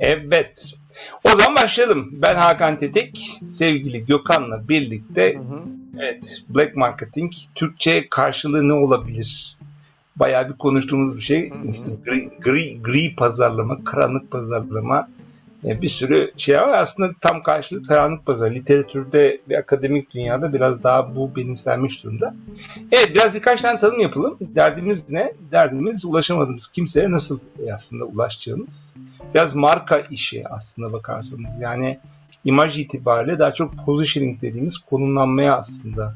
Evet. O zaman başlayalım. Ben Hakan Tetik, sevgili Gökhan'la birlikte evet, Black Marketing, Türkçe karşılığı ne olabilir? Bayağı bir konuştuğumuz bir şey. İşte gri pazarlama, karanlık pazarlama, bir sürü şey var. Aslında tam karşılığı karanlık pazar. Literatürde ve akademik dünyada biraz daha bu benimsenmiş durumda. Evet, biraz birkaç tane tanım yapalım. Derdimiz ne? Derdimiz ulaşamadığımız kimseye nasıl aslında ulaşacağımız. Biraz marka işi aslında bakarsanız. Yani imaj itibariyle daha çok positioning dediğimiz konumlanmaya aslında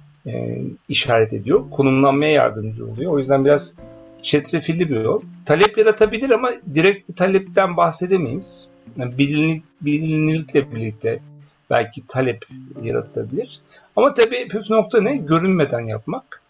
işaret ediyor. Konumlanmaya yardımcı oluyor. O yüzden biraz çetrefilli bir yol. Talep yaratabilir ama direkt bir talepten bahsedemeyiz. Yani bilinirlikle birlikte belki talep yaratabilir. Ama tabii püf nokta ne? Görünmeden yapmak.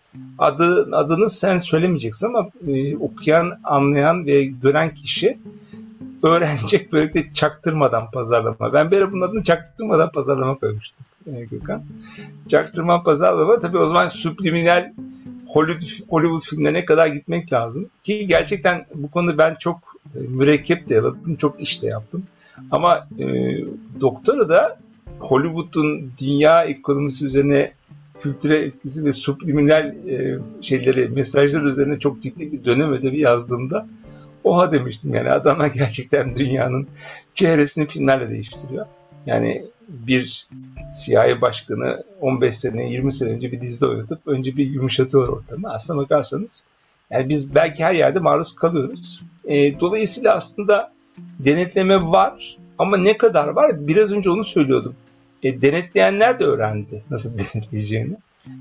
Adını sen söylemeyeceksin ama okuyan, anlayan ve gören kişi öğrenecek, böylelikle çaktırmadan pazarlama. Ben bir ara bunun adını çaktırmadan pazarlama koymuştum Gökhan. Çaktırmadan pazarlama, tabii o zaman subliminal Hollywood filmlerine kadar gitmek lazım. Ki gerçekten bu konuda ben çok mürekkep de yaladım, çok iş de yaptım. Ama doktora da Hollywood'un dünya ekonomisi üzerine kültürel etkisi ve subliminal şeyleri, mesajlar üzerine çok ciddi bir dönem ödevi yazdığımda oha demiştim. Yani adamlar gerçekten dünyanın çehresini filmlerle değiştiriyor. Yani bir CIA başkanı 15 sene, 20 sene önce bir dizide oynatıp önce bir yumuşatıyor ortamı. Aslına bakarsanız yani biz belki her yerde maruz kalıyoruz. Dolayısıyla aslında denetleme var ama ne kadar var? Biraz önce onu söylüyordum. Denetleyenler de öğrendi nasıl denetleyeceğini.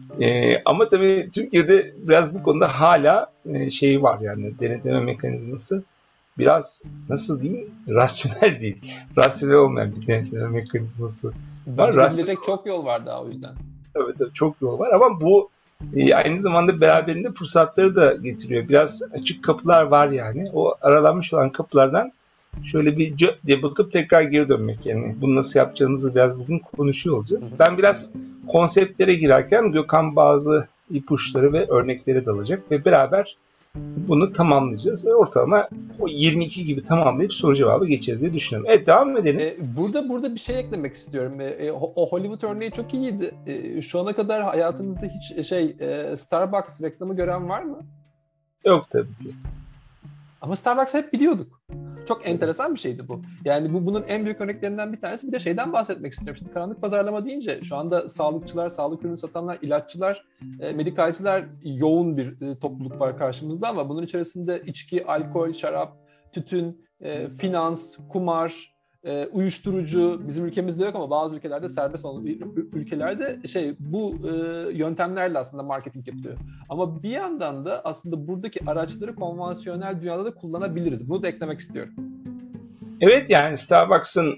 Ama tabii Türkiye'de biraz bu konuda hala şey var, yani denetleme mekanizması biraz nasıl diyeyim, rasyonel değil. Rasyonel olmayan bir denetleme mekanizması var. Gidilecek çok yol var daha o yüzden. Evet, çok yol var ama bu aynı zamanda beraberinde fırsatları da getiriyor. Biraz açık kapılar var yani. O aralanmış olan kapılardan şöyle bir diye bakıp tekrar geri dönmek, yani bunu nasıl yapacağınızı biraz bugün konuşuyor olacağız. Ben biraz konseptlere girerken Gökhan bazı ipuçları ve örnekleri dalacak ve beraber bunu tamamlayacağız. Ve ortalama o 22 gibi tamamlayıp soru cevabı geçeceğiz diye düşünüyorum. Evet, devam edelim. Burada bir şey eklemek istiyorum. O Hollywood örneği çok iyiydi. Şu ana kadar hayatınızda hiç Starbucks reklamı gören var mı? Yok tabii ki. Ama Starbucks'ı hep biliyorduk. Çok enteresan bir şeydi bu. Yani bunun en büyük örneklerinden bir tanesi. Bir de şeyden bahsetmek istiyorum. Şimdi karanlık pazarlama deyince şu anda sağlıkçılar, sağlık ürünü satanlar, ilaççılar, medikalciler yoğun bir topluluk var karşımızda ama bunun içerisinde içki, alkol, şarap, tütün, finans, kumar, uyuşturucu, bizim ülkemizde yok ama bazı ülkelerde serbest olan ülkelerde bu yöntemlerle aslında marketing yapılıyor. Ama bir yandan da aslında buradaki araçları konvansiyonel dünyada da kullanabiliriz. Bunu da eklemek istiyorum. Evet, yani Starbucks'ın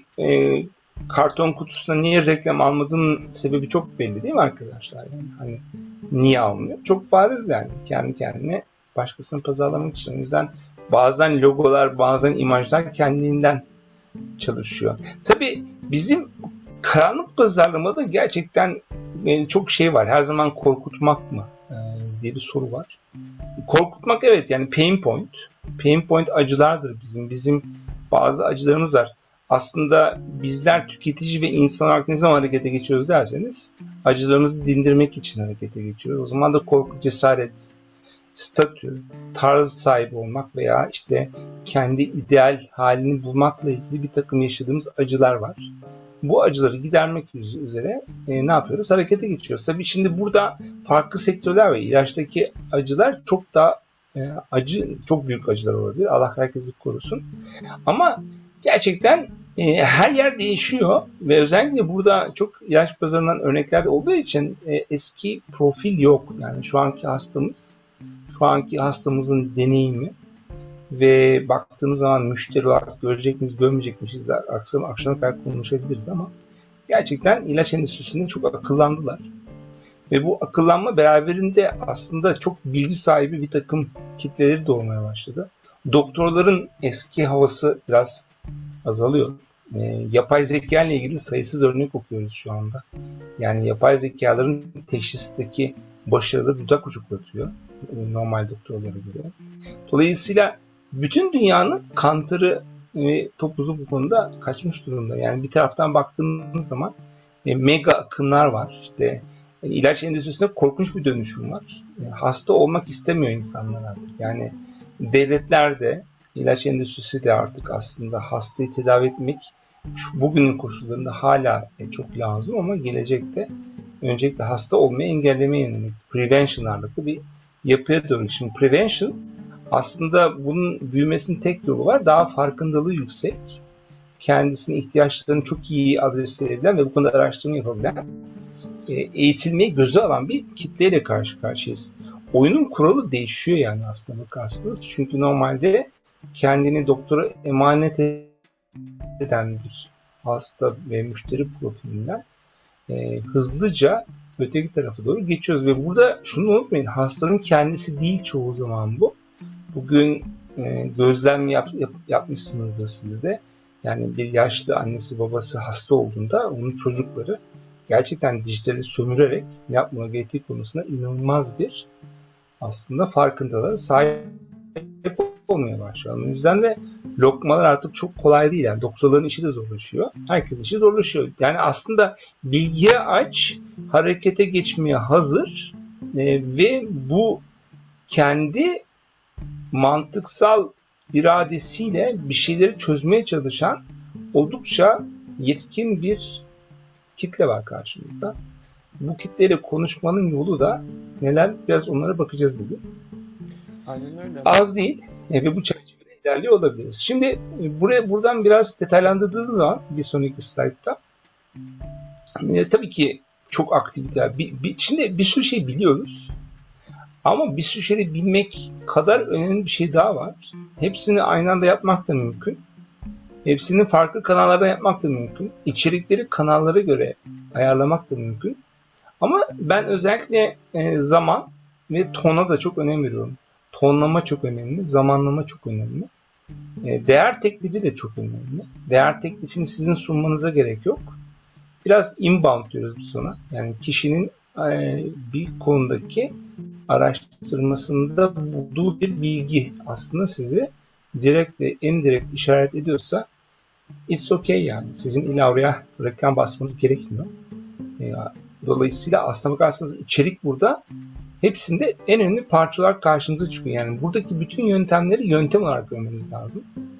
karton kutusuna niye reklam almadığının sebebi çok belli değil mi arkadaşlar? Yani hani niye almıyor? Çok bariz yani, kendi kendine başkasını pazarlamak için. O yüzden bazen logolar, bazen imajlar kendinden çalışıyor. Tabii bizim karanlık pazarlamada gerçekten çok şey var. Her zaman korkutmak mı diye bir soru var. Korkutmak, evet, yani pain point. Pain point acılardır bizim. Bizim bazı acılarımız var. Aslında bizler tüketici ve insan olarak ne zaman harekete geçiyoruz derseniz acılarımızı dindirmek için harekete geçiyoruz. O zaman da korku, cesaret, statü, tarz sahibi olmak veya işte kendi ideal halini bulmakla ilgili bir takım yaşadığımız acılar var. Bu acıları gidermek üzere ne yapıyoruz? Harekete geçiyoruz. Tabii şimdi burada farklı sektörler var. İlaçtaki acılar çok daha acı, çok büyük acılar olabilir. Allah herkesi korusun. Ama gerçekten her yer değişiyor ve özellikle burada çok ilaç pazarından örnekler olduğu için eski profil yok. Yani şu anki hastamızın deneyimi ve baktığınız zaman müşteri olarak görecek miyiz, görmeyecek miyiz, akşama kadar konuşabiliriz ama gerçekten ilaç endüstrisinde çok akıllandılar. Ve bu akıllanma beraberinde aslında çok bilgi sahibi bir takım kitleleri doğurmaya başladı. Doktorların eski havası biraz azalıyor. Yapay zeka ile ilgili sayısız örnek okuyoruz şu anda. Yani yapay zekaların teşhisteki başarılı dudak uçuklatıyor normal doktorlara göre. Dolayısıyla bütün dünyanın kantarı ve topuzu bu konuda kaçmış durumda. Yani bir taraftan baktığınız zaman mega akımlar var. İşte ilaç endüstrisinde korkunç bir dönüşüm var. Hasta olmak istemiyor insanlar artık. Yani devletler de, ilaç endüstrisi de artık aslında hastayı tedavi etmek bugünün koşullarında hala çok lazım ama gelecekte öncelikle hasta olmayı engellemeye yönelik prevention ağırlıklı bir yapıya doğru. Şimdi prevention aslında bunun büyümesinin tek yolu var. Daha farkındalığı yüksek, kendisinin ihtiyaçlarını çok iyi adresleyebilen ve bu konuda araştırma yapabilen, eğitilmeyi göze alan bir kitleyle karşı karşıyayız. Oyunun kuralı değişiyor yani aslında bakarsanız. Çünkü normalde kendini doktora emanet eden bir hasta ve müşteri profilinden hızlıca öteki tarafa doğru geçiyoruz. Ve burada şunu unutmayın, hastanın kendisi değil çoğu zaman bu. Bugün gözlem yapmışsınızdır siz de. Yani bir yaşlı annesi babası hasta olduğunda onun çocukları gerçekten dijitali sömürerek ne yapmaya gerektiği konusunda inanılmaz bir aslında farkındalığa sahip olmaya başlıyor. O yüzden de lokmalar artık çok kolay değil. Yani doktorların işi de zorlaşıyor. Herkesin işi zorlaşıyor. Yani aslında bilgiye aç, harekete geçmeye hazır ve bu kendi mantıksal iradesiyle bir şeyleri çözmeye çalışan oldukça yetkin bir kitle var karşımızda. Bu kitleyle konuşmanın yolu da neler? Biraz onlara bakacağız bugün. Aynen öyle. Az değil ve bu çerçevede ilerliyor olabiliriz. Şimdi buradan biraz detaylandırdığımız zaman bir sonraki slaytta tabii ki çok aktivite. Şimdi bir sürü şey biliyoruz. Ama bir sürü şeyi bilmek kadar önemli bir şey daha var. Hepsini aynı anda yapmak da mümkün. Hepsini farklı kanallarda yapmak da mümkün. İçerikleri kanallara göre ayarlamak da mümkün. Ama ben özellikle zaman ve tona da çok önem veriyorum. Tonlama çok önemli, zamanlama çok önemli. Değer teklifi de çok önemli. Değer teklifini sizin sunmanıza gerek yok. Biraz inbound diyoruz biz ona. Yani kişinin bir konudaki araştırmasında bulduğu bir bilgi aslında sizi direkt ve indirekt işaret ediyorsa it's okay yani. Sizin illa oraya reklam basmanız gerekmiyor. Dolayısıyla aslına bakarsanız içerik burada hepsinde en önemli parçalar karşınıza çıkıyor. Yani buradaki bütün yöntemleri yöntem olarak görmeniz lazım.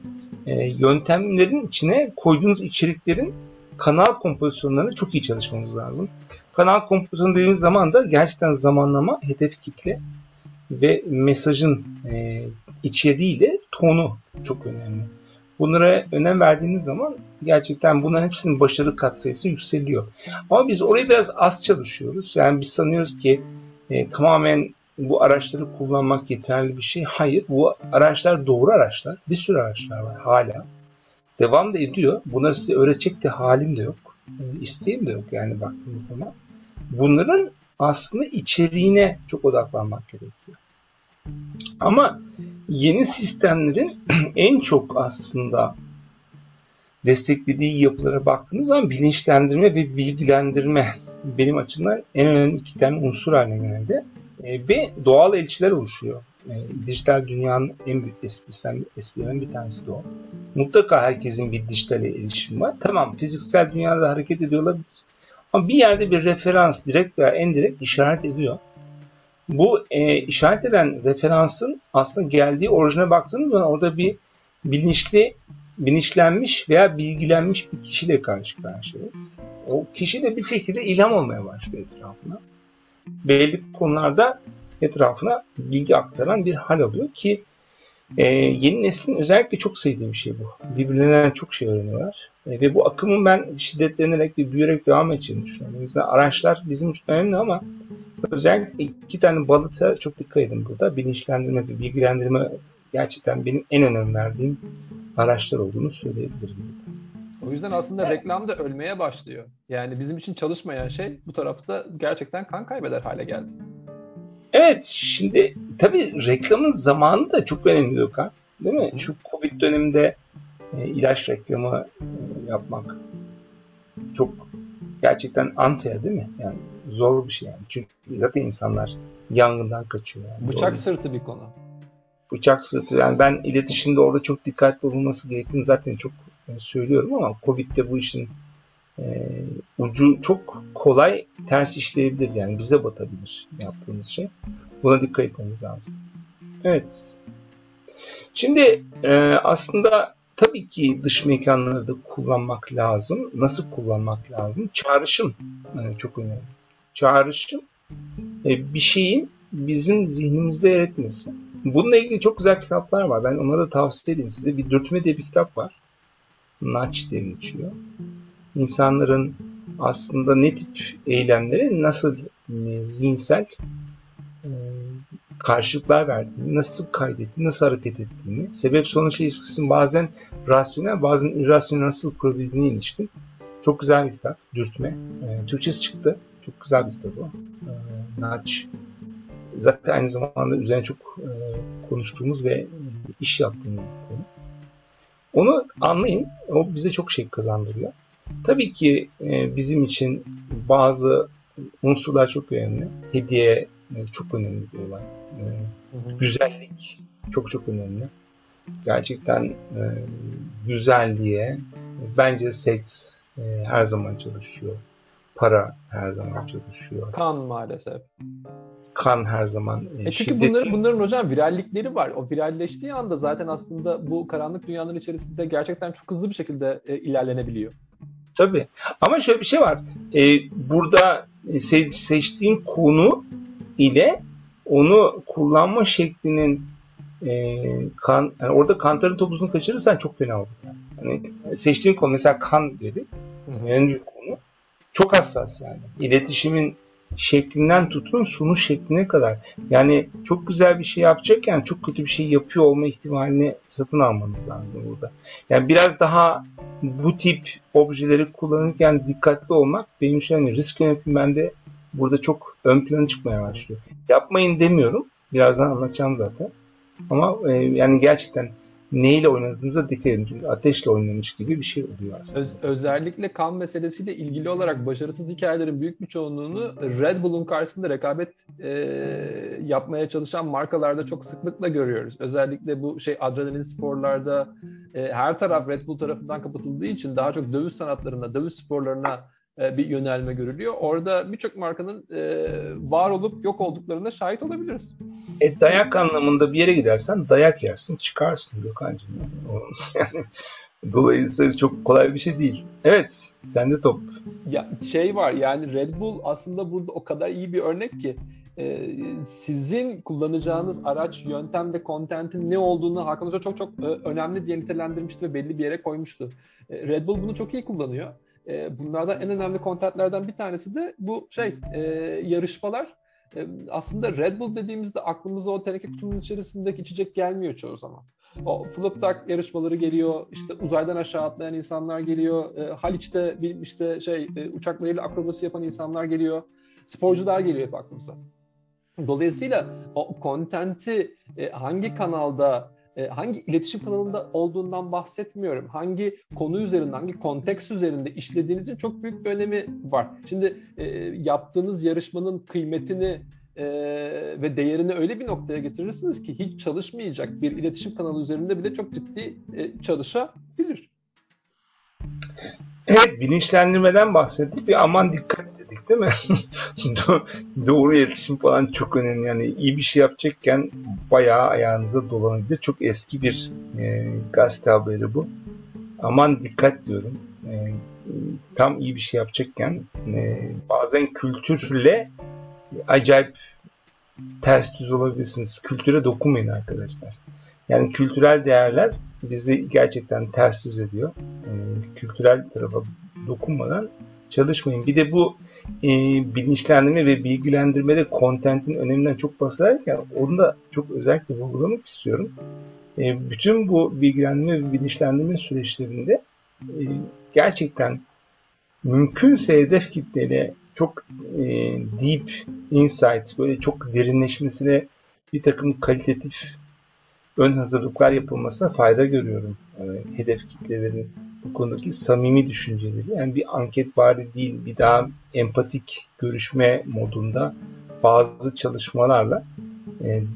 Yöntemlerin içine koyduğunuz içeriklerin kanal kompozisyonlarına çok iyi çalışmanız lazım. Kanal kompozisyonu dediğimiz zaman da gerçekten zamanlama, hedef kitle ve mesajın içeriğiyle tonu çok önemli. Bunlara önem verdiğiniz zaman gerçekten bunların hepsinin başarı katsayısı yükseliyor. Ama biz orayı biraz az çalışıyoruz. Yani biz sanıyoruz ki tamamen bu araçları kullanmak yeterli bir şey. Hayır, bu araçlar doğru araçlar. Bir sürü araçlar var hala. Devam da ediyor. Bunları size öğretecek de halim de yok. İsteğim de yok yani baktığınız zaman. Bunların aslında içeriğine çok odaklanmak gerekiyor. Ama yeni sistemlerin en çok aslında desteklediği yapılara baktığınız zaman bilinçlendirme ve bilgilendirme benim açımdan en önemli iki tane unsur haline geldi. Ve doğal elçiler oluşuyor. Dijital dünyanın en büyük esprilerinden bir tanesi de o. Mutlaka herkesin bir dijitale erişimi var. Tamam, fiziksel dünyada hareket ediyor olabilir. Ama bir yerde bir referans direkt veya indirekt işaret ediyor. Bu işaret eden referansın aslında geldiği orijine baktığınız zaman orada bir bilinçlenmiş veya bilgilenmiş bir kişiyle karşı karşıyayız. O kişi de bir şekilde ilham olmaya başlıyor etrafına. Belli konularda etrafına bilgi aktaran bir hal alıyor ki yeni neslin özellikle çok sevdiğim şey bu. Birbirlerinden çok şey öğreniyorlar. Ve bu akımın ben şiddetlenerek ve büyüyerek devam edeceğini düşünüyorum. O yüzden araçlar bizim için önemli ama özellikle iki tane balıta çok dikkat edin burada. Bilinçlendirme ve bilgilendirme gerçekten benim en önem verdiğim araçlar olduğunu söyleyebilirim. O yüzden aslında reklam da ölmeye başlıyor. Yani bizim için çalışmayan şey bu tarafta gerçekten kan kaybeder hale geldi. Evet, şimdi tabii reklamın zamanı da çok önemli Gökhan. Değil mi? Şu Covid döneminde ilaç reklamı yapmak çok gerçekten unfair değil mi? Yani zor bir şey yani. Çünkü zaten insanlar yangından kaçıyor. Yani. Bıçak sırtı bir konu. bıçak sırtı. Yani ben iletişimde orada çok dikkatli olunması gerektiğini zaten çok söylüyorum ama Covid'de bu işin ucu çok kolay ters işleyebilir. Yani bize batabilir yaptığımız şey. Buna dikkat etmemiz lazım. Evet. Şimdi aslında tabii ki dış mekanları da kullanmak lazım. Nasıl kullanmak lazım? Çağrışım çok önemli. Çağrışım bir şeyin bizim zihnimizde yer etmesi. Bununla ilgili çok güzel kitaplar var. Ben onları da tavsiye edeyim size. Bir Dürtme diye bir kitap var. Nudge diye geçiyor. İnsanların aslında ne tip eylemlere nasıl zihinsel karşılıklar verdiğini, nasıl kaydettiğini, nasıl hareket ettiğini, sebep sonuç ilişkisinin bazen rasyonel, bazen irrasyonel nasıl kurabildiğine ilişkin çok güzel bir kitap. Dürtme. Türkçesi çıktı. Çok güzel bir kitap o. Nudge. Zaten aynı zamanda üzerine çok konuştuğumuz ve iş yaptığımız bir konu. Onu anlayın. O bize çok şey kazandırıyor. Tabii ki bizim için bazı unsurlar çok önemli. Hediye çok önemli bir olay. Güzellik çok çok önemli. Gerçekten güzelliğe bence seks her zaman çalışıyor. Para her zaman çalışıyor. Kan maalesef. Kan her zaman çünkü bunların hocam virallikleri var. O viralleştiği anda zaten aslında bu karanlık dünyanın içerisinde gerçekten çok hızlı bir şekilde ilerlenebiliyor. Tabii. Ama şöyle bir şey var. Burada seçtiğin konu ile onu kullanma şeklinin yani orada kantarın topuzunu kaçırırsan çok fena olur. Yani seçtiğin konu mesela kan dedi. En büyük konu. Çok hassas yani. İletişimin şeklinden tutun sunuş şekline kadar. Yani çok güzel bir şey yapacakken çok kötü bir şey yapıyor olma ihtimalini satın almanız lazım burada. Yani biraz daha bu tip objeleri kullanırken dikkatli olmak benim için hani risk yönetimi bende burada çok ön plana çıkmaya başlıyor. Yapmayın demiyorum. Birazdan anlatacağım zaten. Ama yani gerçekten neyle oynadığınıza dikkat edin. Çünkü ateşle oynamış gibi bir şey oluyor aslında. Özellikle kan meselesiyle ilgili olarak başarısız hikayelerin büyük bir çoğunluğunu Red Bull'un karşısında rekabet yapmaya çalışan markalarda çok sıklıkla görüyoruz. Özellikle bu adrenalin sporlarda her taraf Red Bull tarafından kapatıldığı için daha çok dövüş sanatlarına, dövüş sporlarına bir yönelme görülüyor. Orada birçok markanın var olup yok olduklarına şahit olabiliriz. Dayak anlamında bir yere gidersen dayak yersin, çıkarsın Gökhan'cığım. Yani, dolayısıyla çok kolay bir şey değil. Evet, sende top. Ya var yani Red Bull aslında burada o kadar iyi bir örnek ki sizin kullanacağınız araç, yöntem ve content'in ne olduğunu Hakan Hoca çok önemli diye nitelendirmişti ve belli bir yere koymuştu. Red Bull bunu çok iyi kullanıyor. Bunlardan en önemli content'lerden bir tanesi de bu yarışmalar. Aslında Red Bull dediğimizde aklımıza o teneke kutunun içerisindeki içecek gelmiyor çoğu zaman. O flip duck yarışmaları geliyor, işte uzaydan aşağı atlayan insanlar geliyor, Haliç'te uçaklarıyla akrobasi yapan insanlar geliyor, sporcular geliyor hep aklımıza. Dolayısıyla o content'i hangi kanalda, hangi iletişim kanalında olduğundan bahsetmiyorum. Hangi konu üzerinde, hangi konteks üzerinde işlediğinizin çok büyük bir önemi var. Şimdi yaptığınız yarışmanın kıymetini ve değerini öyle bir noktaya getirirsiniz ki hiç çalışmayacak bir iletişim kanalı üzerinde bile çok ciddi çalışabilir. Evet, bilinçlendirmeden bahsettik ve aman dikkat dedik değil mi? Doğru iletişim falan çok önemli. Yani iyi bir şey yapacakken bayağı ayağınıza dolanabilir. Çok eski bir gazete haberi bu. Aman dikkat diyorum. Tam iyi bir şey yapacakken bazen kültürle acayip ters düz olabilirsiniz. Kültüre dokunmayın arkadaşlar. Yani kültürel değerler bizi gerçekten ters düz ediyor. Kültürel tarafa dokunmadan çalışmayın. Bir de bu bilinçlendirme ve bilgilendirmede content'in öneminden çok bahsederken onu da çok özellikle vurgulamak istiyorum. Bütün bu bilgilendirme ve bilinçlendirme süreçlerinde gerçekten mümkünse hedef kitleyle çok deep insight, böyle çok derinleşmesine bir takım kalitatif ön hazırlıklar yapılmasına fayda görüyorum. Hedef kitlelerin bu konudaki samimi düşünceleri. Yani bir anketvari değil, bir daha empatik görüşme modunda bazı çalışmalarla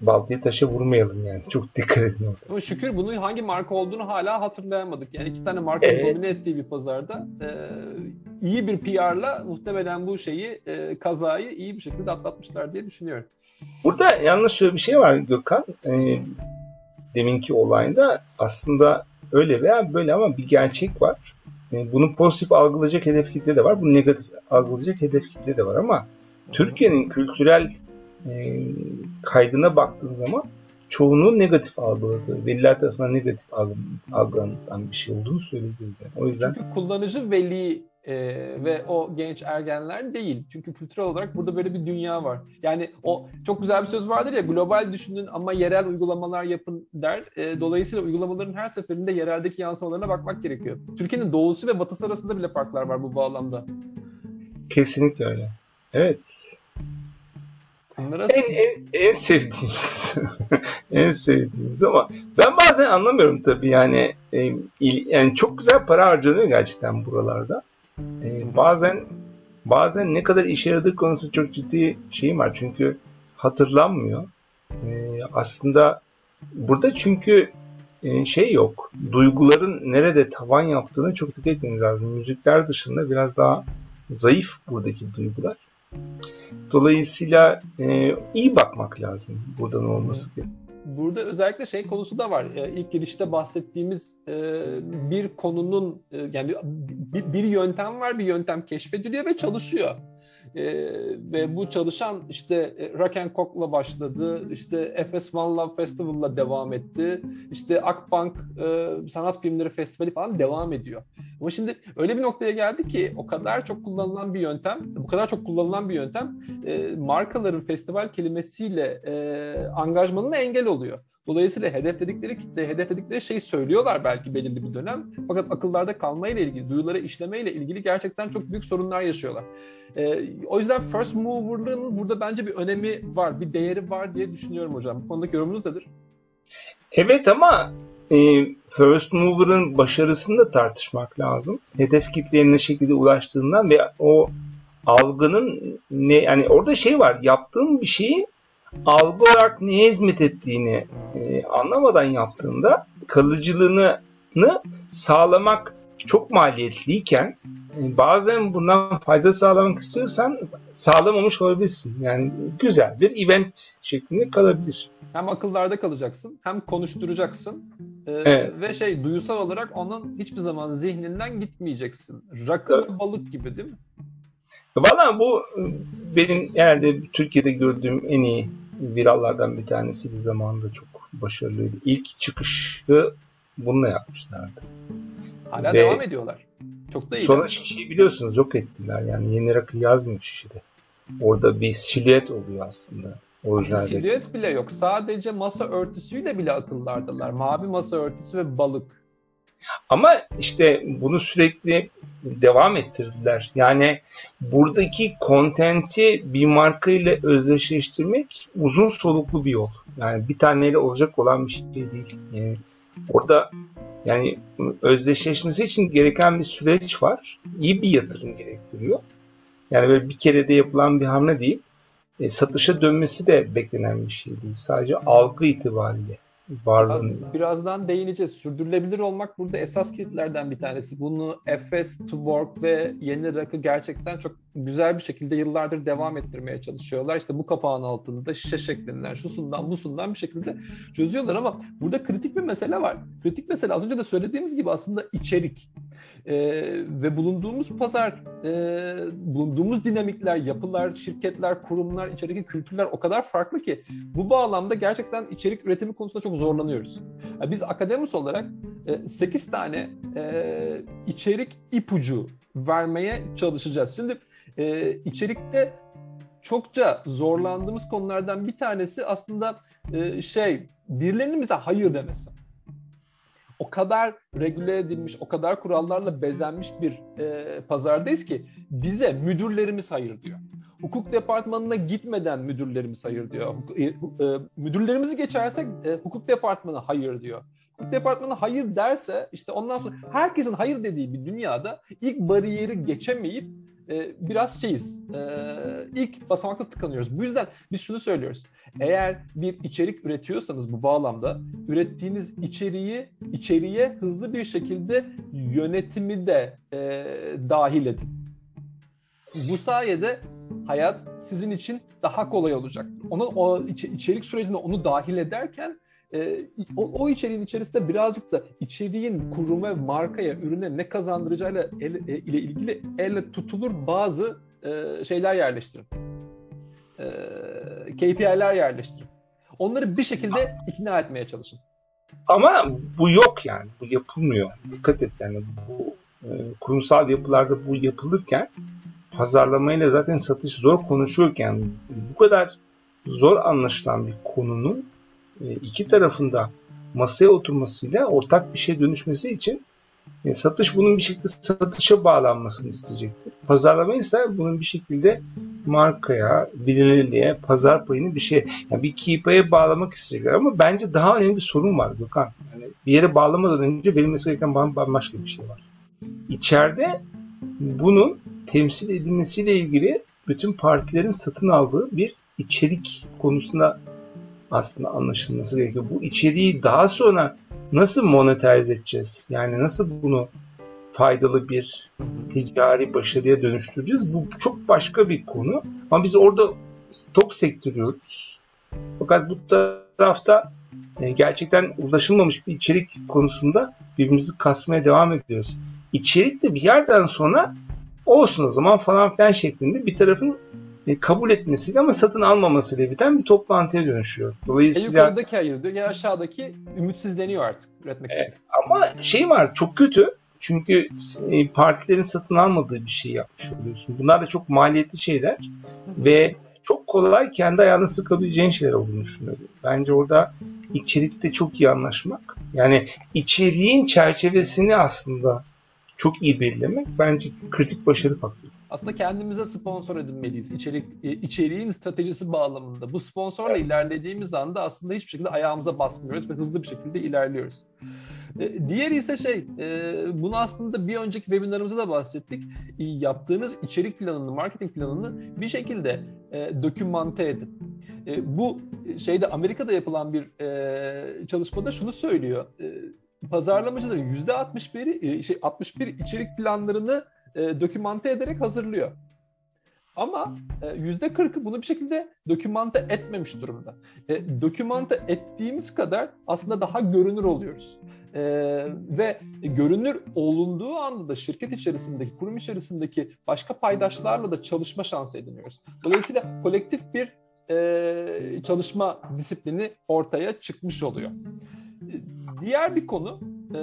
baltayı taşa vurmayalım yani. Çok dikkat edin orada. Ama şükür bunun hangi marka olduğunu hala hatırlayamadık. Yani 2 tane markanın domine ettiği bir pazarda iyi bir PR'la muhtemelen bu kazayı iyi bir şekilde atlatmışlar diye düşünüyorum. Burada yalnız şöyle bir şey var Gökhan. Deminki olayda aslında öyle veya böyle ama bir gerçek var. Bunu pozitif algılayacak hedef kitle de var. Bunu negatif algılayacak hedef kitle de var ama Türkiye'nin kültürel kaydına baktığın zaman çoğunun negatif algıladığı, veliler tarafından negatif algılanan bir şey olduğunu söyleyebiliriz. O yüzden çünkü kullanıcı veli ve o genç ergenler değil. Çünkü kültürel olarak burada böyle bir dünya var. Yani o çok güzel bir söz vardır ya, global düşünün ama yerel uygulamalar yapın der. Dolayısıyla uygulamaların her seferinde yereldeki yansımalarına bakmak gerekiyor. Türkiye'nin doğusu ve batısı arasında bile farklar var bu bağlamda. Kesinlikle öyle. Evet. En sevdiğimiz en sevdiğimiz ama ben bazen anlamıyorum tabii yani çok güzel para harcanıyor gerçekten buralarda. Bazen ne kadar işe yaradığı konusu çok ciddi şeyim var çünkü hatırlanmıyor. Aslında burada çünkü yok. Duyguların nerede tavan yaptığını çok dikkat etmemiz lazım. Müzikler dışında biraz daha zayıf buradaki duygular. Dolayısıyla iyi bakmak lazım buradan olması gerekiyor. Burada özellikle konusu da var. İlk girişte bahsettiğimiz bir konunun yani bir yöntem var, bir yöntem keşfediliyor ve çalışıyor. Ve bu çalışan Rock and Coke'la başladı, Efes One Love Festival'la devam etti, Akbank Sanat Filmleri Festivali falan devam ediyor. Ama şimdi öyle bir noktaya geldi ki bu kadar çok kullanılan bir yöntem markaların festival kelimesiyle angajmanına engel oluyor. Dolayısıyla hedefledikleri kitle, hedefledikleri şeyi söylüyorlar belki belirli bir dönem. Fakat akıllarda kalmayla ilgili, duyuları işlemeyle ilgili gerçekten çok büyük sorunlar yaşıyorlar. O yüzden first mover'lığın burada bence bir önemi var, bir değeri var diye düşünüyorum hocam. Bu konudaki yorumunuz nedir? Evet ama first mover'ın başarısını da tartışmak lazım. Hedef kitleye ne şekilde ulaştığından ve o algının yani orada var, yaptığın bir şeyi algı olarak neye hizmet ettiğini anlamadan yaptığında kalıcılığını sağlamak çok maliyetliyken bazen bundan fayda sağlamak istiyorsan sağlamamış olabilirsin. Yani güzel bir event şeklinde kalabilir. Hem akıllarda kalacaksın, hem konuşturacaksın evet. Ve duyusal olarak onun hiçbir zaman zihninden gitmeyeceksin. Rakı ve balık gibi değil mi? Valla bu benim herhalde Türkiye'de gördüğüm en iyi virallardan bir tanesiydi, zamanında çok başarılıydı. İlk çıkışı bununla yapmışlardı. Hala devam ediyorlar. Çok da iyi. Sonra şişeyi biliyorsunuz yok ettiler. Yani yeni rakı yazmıyor şişede. Orada bir silüet oluyor aslında. Silüet bile yok. Sadece masa örtüsüyle bile akıllardalar. Mavi masa örtüsü ve balık. Ama bunu sürekli devam ettirdiler. Yani buradaki kontenti bir marka ile özdeşleştirmek uzun soluklu bir yol. Yani bir taneyle olacak olan bir şey değil. Yani orada özdeşleşmesi için gereken bir süreç var. İyi bir yatırım gerektiriyor. Yani böyle bir kerede yapılan bir hamle değil. Satışa dönmesi de beklenen bir şey değil. Sadece algı itibariyle varlığını. Birazdan değineceğiz. Sürdürülebilir olmak burada esas kilitlerden bir tanesi. Bunu Efes, Tuborg ve Yeni Rakı gerçekten çok güzel bir şekilde yıllardır devam ettirmeye çalışıyorlar. Bu kapağın altında şişe şeklinden, şusundan, busundan bir şekilde çözüyorlar ama burada kritik bir mesele var. Kritik mesele az önce de söylediğimiz gibi aslında içerik. Ve bulunduğumuz pazar, bulunduğumuz dinamikler, yapılar, şirketler, kurumlar, içerideki kültürler o kadar farklı ki bu bağlamda gerçekten içerik üretimi konusunda çok zorlanıyoruz. Biz Akademus olarak 8 tane içerik ipucu vermeye çalışacağız. Şimdi içerikte çokça zorlandığımız konulardan bir tanesi aslında birilerinin bize hayır demesi. O kadar regüle edilmiş, o kadar kurallarla bezenmiş bir pazardayız ki bize müdürlerimiz hayır diyor. Hukuk departmanına gitmeden müdürlerimiz hayır diyor. Müdürlerimizi geçersek hukuk departmanı hayır diyor. Hukuk departmanı hayır derse ondan sonra herkesin hayır dediği bir dünyada ilk bariyeri geçemeyip biraz ilk basamakta tıkanıyoruz. Bu yüzden biz şunu söylüyoruz. Eğer bir içerik üretiyorsanız bu bağlamda ürettiğiniz içeriğe hızlı bir şekilde yönetimi de dahil edin. Bu sayede hayat sizin için daha kolay olacak. O içerik sürecinde onu dahil ederken o içeriğin içerisinde birazcık da içeriğin kuruma, markaya, ürüne ne kazandıracağıyla ile ilgili elle tutulur bazı şeyler yerleştirin. KPI'ler yerleştirin. Onları bir şekilde ikna etmeye çalışın. Ama bu yok yani. Bu yapılmıyor. Dikkat et yani. Bu kurumsal yapılarda bu yapılırken pazarlamayla zaten satış zor konuşuyorken bu kadar zor anlaşılan bir konunun iki tarafında masaya oturmasıyla ortak bir şey dönüşmesi için satış bunun bir şekilde satışa bağlanmasını isteyecektir. Pazarlama ise bunun bir şekilde markaya, bilinirliğe, pazar payını bir şey, yani bir KPI'ye bağlamak isteyecekler. Ama bence daha önemli bir sorun var Gökhan. Yani bir yere bağlamadan önce verilmesi gereken bambaşka bir şey var. İçeride bunun temsil edilmesiyle ilgili bütün partilerin satın aldığı bir içerik konusunda aslında anlaşılması gerekiyor. Bu içeriği daha sonra nasıl monetize edeceğiz? Yani nasıl bunu faydalı bir ticari başarıya dönüştüreceğiz? Bu çok başka bir konu. Ama biz orada stok sektiriyoruz. Fakat bu tarafta gerçekten ulaşılmamış bir içerik konusunda birbirimizi kasmaya devam ediyoruz. İçerik de bir yerden sonra olsun o zaman falan filan şeklinde bir tarafın kabul etmesiyle ama satın almamasıyla biten bir toplantıya dönüşüyor. Dolayısıyla yukarıdaki ayırdı ya aşağıdaki ümitsizleniyor artık üretmek için. Ama şey var çok kötü. Çünkü partilerin satın almadığı bir şey yapmış oluyorsun. Bunlar da çok maliyetli şeyler ve çok kolay kendi ayağını sıkabileceğin şeyler olduğunu düşünüyorum. Bence orada içerikte çok iyi anlaşmak. Yani içeriğin çerçevesini aslında çok iyi belirlemek bence kritik başarı faktörü. Aslında kendimize sponsor edinmeliyiz. İçeriğin stratejisi bağlamında. Bu sponsorla ilerlediğimiz anda aslında hiçbir şekilde ayağımıza basmıyoruz ve hızlı bir şekilde ilerliyoruz. Diğeri ise bunu aslında bir önceki webinarımızda da bahsettik. Yaptığınız içerik planını, marketing planını bir şekilde dokümante edin. Bu Amerika'da yapılan bir çalışmada şunu söylüyor. Pazarlamacıların %61 içerik planlarını dokümante ederek hazırlıyor. Ama %40'ı bunu bir şekilde dokümante etmemiş durumda. Dokümante ettiğimiz kadar aslında daha görünür oluyoruz. Ve görünür olunduğu anda da şirket içerisindeki, kurum içerisindeki başka paydaşlarla da çalışma şansı ediniyoruz. Dolayısıyla kolektif bir çalışma disiplini ortaya çıkmış oluyor. Diğer bir konu,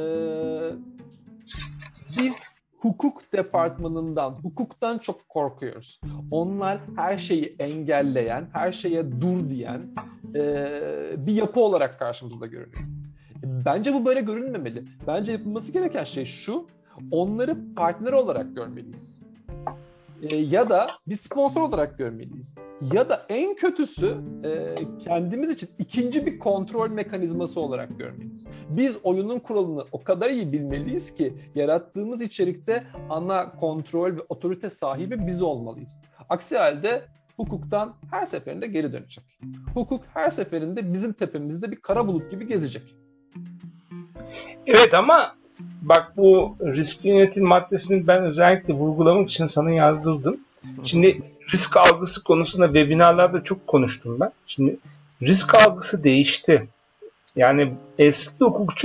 biz hukuk departmanından, hukuktan çok korkuyoruz. Onlar her şeyi engelleyen, her şeye dur diyen bir yapı olarak karşımızda görünüyor. Bence bu böyle görünmemeli. Bence yapılması gereken şey şu, onları partner olarak görmeliyiz. Ya da bir sponsor olarak görmeliyiz. Ya da en kötüsü kendimiz için ikinci bir kontrol mekanizması olarak görmeliyiz. Biz oyunun kuralını o kadar iyi bilmeliyiz ki yarattığımız içerikte ana kontrol ve otorite sahibi biz olmalıyız. Aksi halde hukuktan her seferinde geri dönecek. Hukuk her seferinde bizim tepemizde bir kara bulut gibi gezecek. Evet ama bak bu risk yönetim maddesini ben özellikle vurgulamak için sana yazdırdım. Şimdi risk algısı konusunda webinarlarda çok konuştum ben. Şimdi risk algısı değişti. Yani eski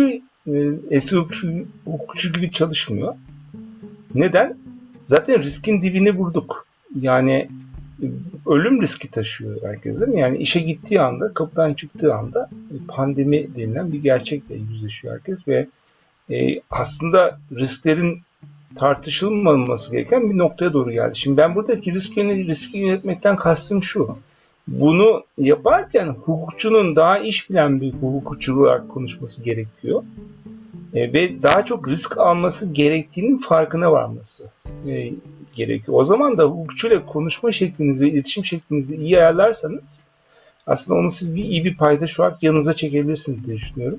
hukukçu gibi çalışmıyor. Neden? Zaten riskin dibini vurduk. Yani ölüm riski taşıyor herkes değil mi? Yani işe gittiği anda, kapıdan çıktığı anda pandemi denilen bir gerçekle yüzleşiyor herkes ve aslında risklerin tartışılmaması gereken bir noktaya doğru geldi. Şimdi ben buradaki riski yönetmekten kastım şu. Bunu yaparken hukukçunun daha iş bilen bir hukukçu olarak konuşması gerekiyor. Ve daha çok risk alması gerektiğinin farkına varması gerekiyor. O zaman da hukukçuyla konuşma şeklinizi, iletişim şeklinizi iyi ayarlarsanız aslında onu siz iyi bir paydaş olarak yanınıza çekebilirsiniz diye düşünüyorum.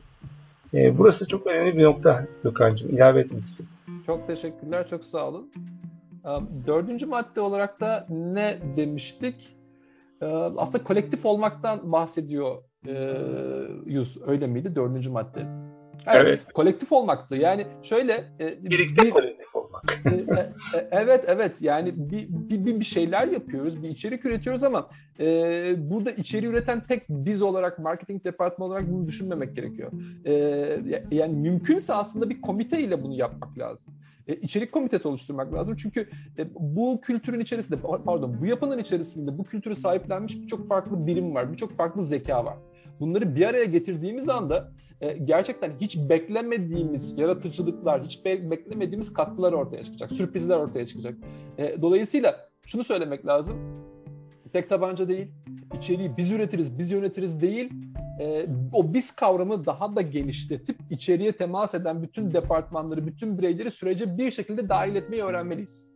Burası çok önemli bir nokta Gökhan'cığım. İlave etmek istedim. Çok teşekkürler, çok sağ olun. Dördüncü madde olarak da ne demiştik? Aslında kolektif olmaktan bahsediyor Yus. Öyle miydi dördüncü madde? Evet. Kolektif olmaktı. Yani şöyle birlikte kolektif olmak. Evet. Yani bir şeyler yapıyoruz, bir içerik üretiyoruz ama burada içeriği üreten tek biz olarak, marketing departmanı olarak bunu düşünmemek gerekiyor. Yani mümkünse aslında bir komite ile bunu yapmak lazım. İçerik komitesi oluşturmak lazım. Çünkü bu kültürün içerisinde, bu yapının içerisinde bu kültürü sahiplenmiş birçok farklı birim var, birçok farklı zeka var. Bunları bir araya getirdiğimiz anda gerçekten hiç beklemediğimiz yaratıcılıklar, hiç beklemediğimiz katkılar ortaya çıkacak, sürprizler ortaya çıkacak. Dolayısıyla şunu söylemek lazım, tek tabanca değil, içeriği biz üretiriz, biz yönetiriz değil, o biz kavramı daha da genişletip içeriye temas eden bütün departmanları, bütün bireyleri sürece bir şekilde dahil etmeyi öğrenmeliyiz.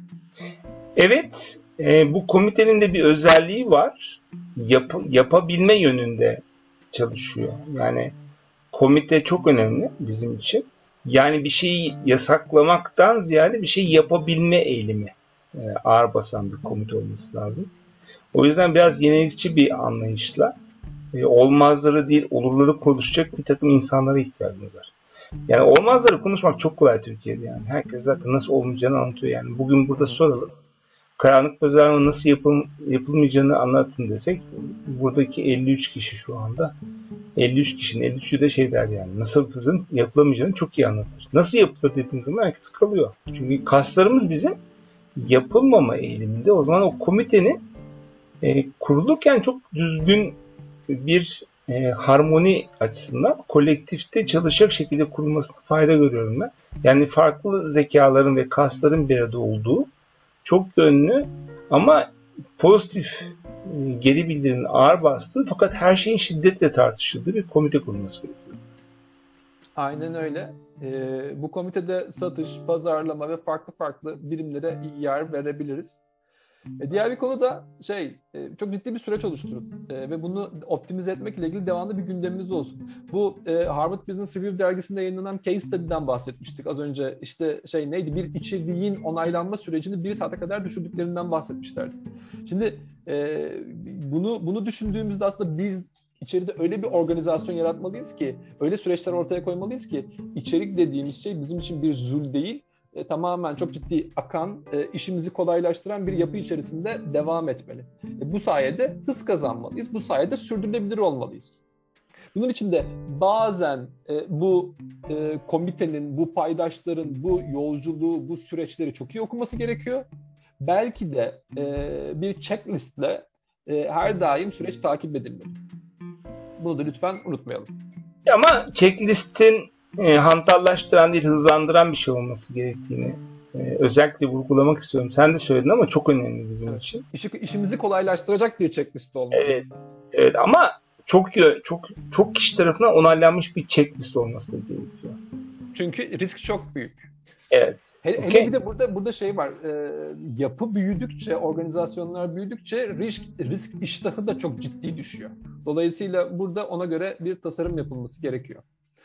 Evet, bu komitenin de bir özelliği var, yapabilme yönünde çalışıyor. Yani komite çok önemli bizim için. Yani bir şeyi yasaklamaktan ziyade bir şeyi yapabilme eğilimi ağır basan bir komite olması lazım. O yüzden biraz yenilikçi bir anlayışla olmazları değil olurları konuşacak bir takım insanlara ihtiyacımız var. Yani olmazları konuşmak çok kolay Türkiye'de yani. Herkes zaten nasıl olmayacağını anlatıyor yani. Bugün burada soralım. Karanlık pazarlama nasıl yapılmayacağını anlatın desek buradaki 53 kişi şu anda 53 kişinin 53'ü de şey der yani nasıl yapılamayacağını çok iyi anlatır. Nasıl yapılır dediğiniz zaman herkes kalıyor. Çünkü kaslarımız bizim yapılmama eğiliminde. O zaman o komitenin kurulurken çok düzgün bir harmoni açısından kolektifte çalışacak şekilde kurulmasına fayda görüyorum ben. Yani farklı zekaların ve kasların bir arada olduğu çok yönlü ama pozitif geri bildirinin ağır bastığı fakat her şeyin şiddetle tartışıldığı bir komite kurulması gerekiyor. Aynen öyle. Bu komitede satış, pazarlama ve farklı birimlere yer verebiliriz. Diğer bir konu da çok ciddi bir süreç oluşturup ve bunu optimize etmekle ilgili devamlı bir gündemimiz olsun. Bu Harvard Business Review dergisinde yayınlanan case study'den bahsetmiştik az önce. İşte bir içeriğin onaylanma sürecini 1 saate kadar düşürdüklerinden bahsetmişlerdi. Şimdi bunu düşündüğümüzde aslında biz içeride öyle bir organizasyon yaratmalıyız ki, öyle süreçler ortaya koymalıyız ki içerik dediğimiz şey bizim için bir zul değil, tamamen çok ciddi akan, işimizi kolaylaştıran bir yapı içerisinde devam etmeli. Bu sayede hız kazanmalıyız, bu sayede sürdürülebilir olmalıyız. Bunun için de bazen bu komitenin, bu paydaşların, bu yolculuğu, bu süreçleri çok iyi okuması gerekiyor. Belki de bir checklistle her daim süreç takip edilmeli. Bunu da lütfen unutmayalım. Ama checklistin hantallaştıran değil, hızlandıran bir şey olması gerektiğini özellikle vurgulamak istiyorum. Sen de söyledin ama çok önemli bizim için. İşimizi kolaylaştıracak bir checklist olmalı. Evet ama çok kişi tarafından onaylanmış bir checklist olması da gerekiyor. Çünkü risk çok büyük. Evet. Hele bir de burada şey var. Yapı büyüdükçe, organizasyonlar büyüdükçe risk iştahı da çok ciddi düşüyor. Dolayısıyla burada ona göre bir tasarım yapılması gerekiyor.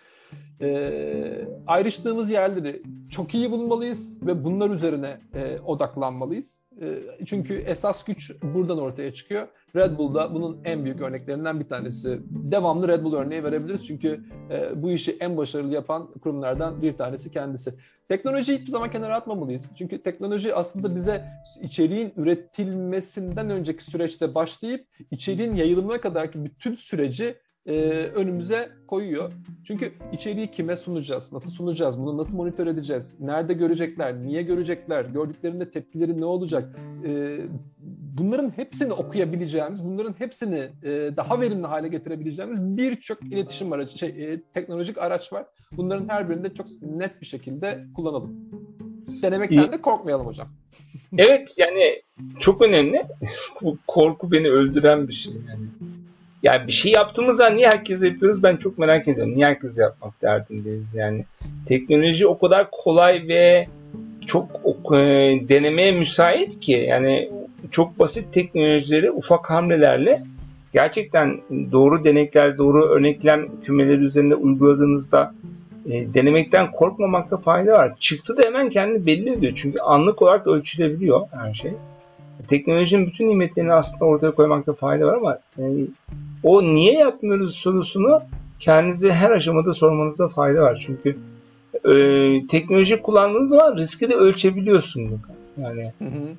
Ayrıştığımız yerleri çok iyi bulmalıyız ve bunlar üzerine odaklanmalıyız. Çünkü esas güç buradan ortaya çıkıyor. Red Bull da bunun en büyük örneklerinden bir tanesi. Devamlı Red Bull örneği verebiliriz çünkü bu işi en başarılı yapan kurumlardan bir tanesi kendisi. Teknolojiyi hiçbir zaman kenara atmamalıyız. Çünkü teknoloji aslında bize içeriğin üretilmesinden önceki süreçte başlayıp içeriğin yayılımına kadarki bütün süreci önümüze koyuyor. Çünkü içeriği kime sunacağız, nasıl sunacağız, bunu nasıl monitör edeceğiz, nerede görecekler, niye görecekler, gördüklerinde tepkileri ne olacak, bunların hepsini okuyabileceğimiz, bunların hepsini daha verimli hale getirebileceğimiz birçok iletişim aracı, teknolojik araç var. Bunların her birini de çok net bir şekilde kullanalım. Denemekten de korkmayalım hocam. Evet, yani çok önemli. Bu korku beni öldüren bir şey yani. Yani bir şey yaptığımız zaman niye herkes yapıyoruz ben çok merak ediyorum. Niye herkes yapmak derdindeyiz yani. Teknoloji o kadar kolay ve çok denemeye müsait ki yani çok basit teknolojileri ufak hamlelerle gerçekten doğru denekler, doğru örneklem kümeleri üzerinde uyguladığınızda denemekten korkmamakta fayda var. Çıktı da hemen kendini belli ediyor. Çünkü anlık olarak ölçülebiliyor her şey. Teknolojinin bütün nimetlerini aslında ortaya koymakta fayda var ama o niye yapmıyoruz sorusunu kendinize her aşamada sormanızda fayda var. Çünkü teknoloji kullandığınız zaman riski de ölçebiliyorsunuz. Yani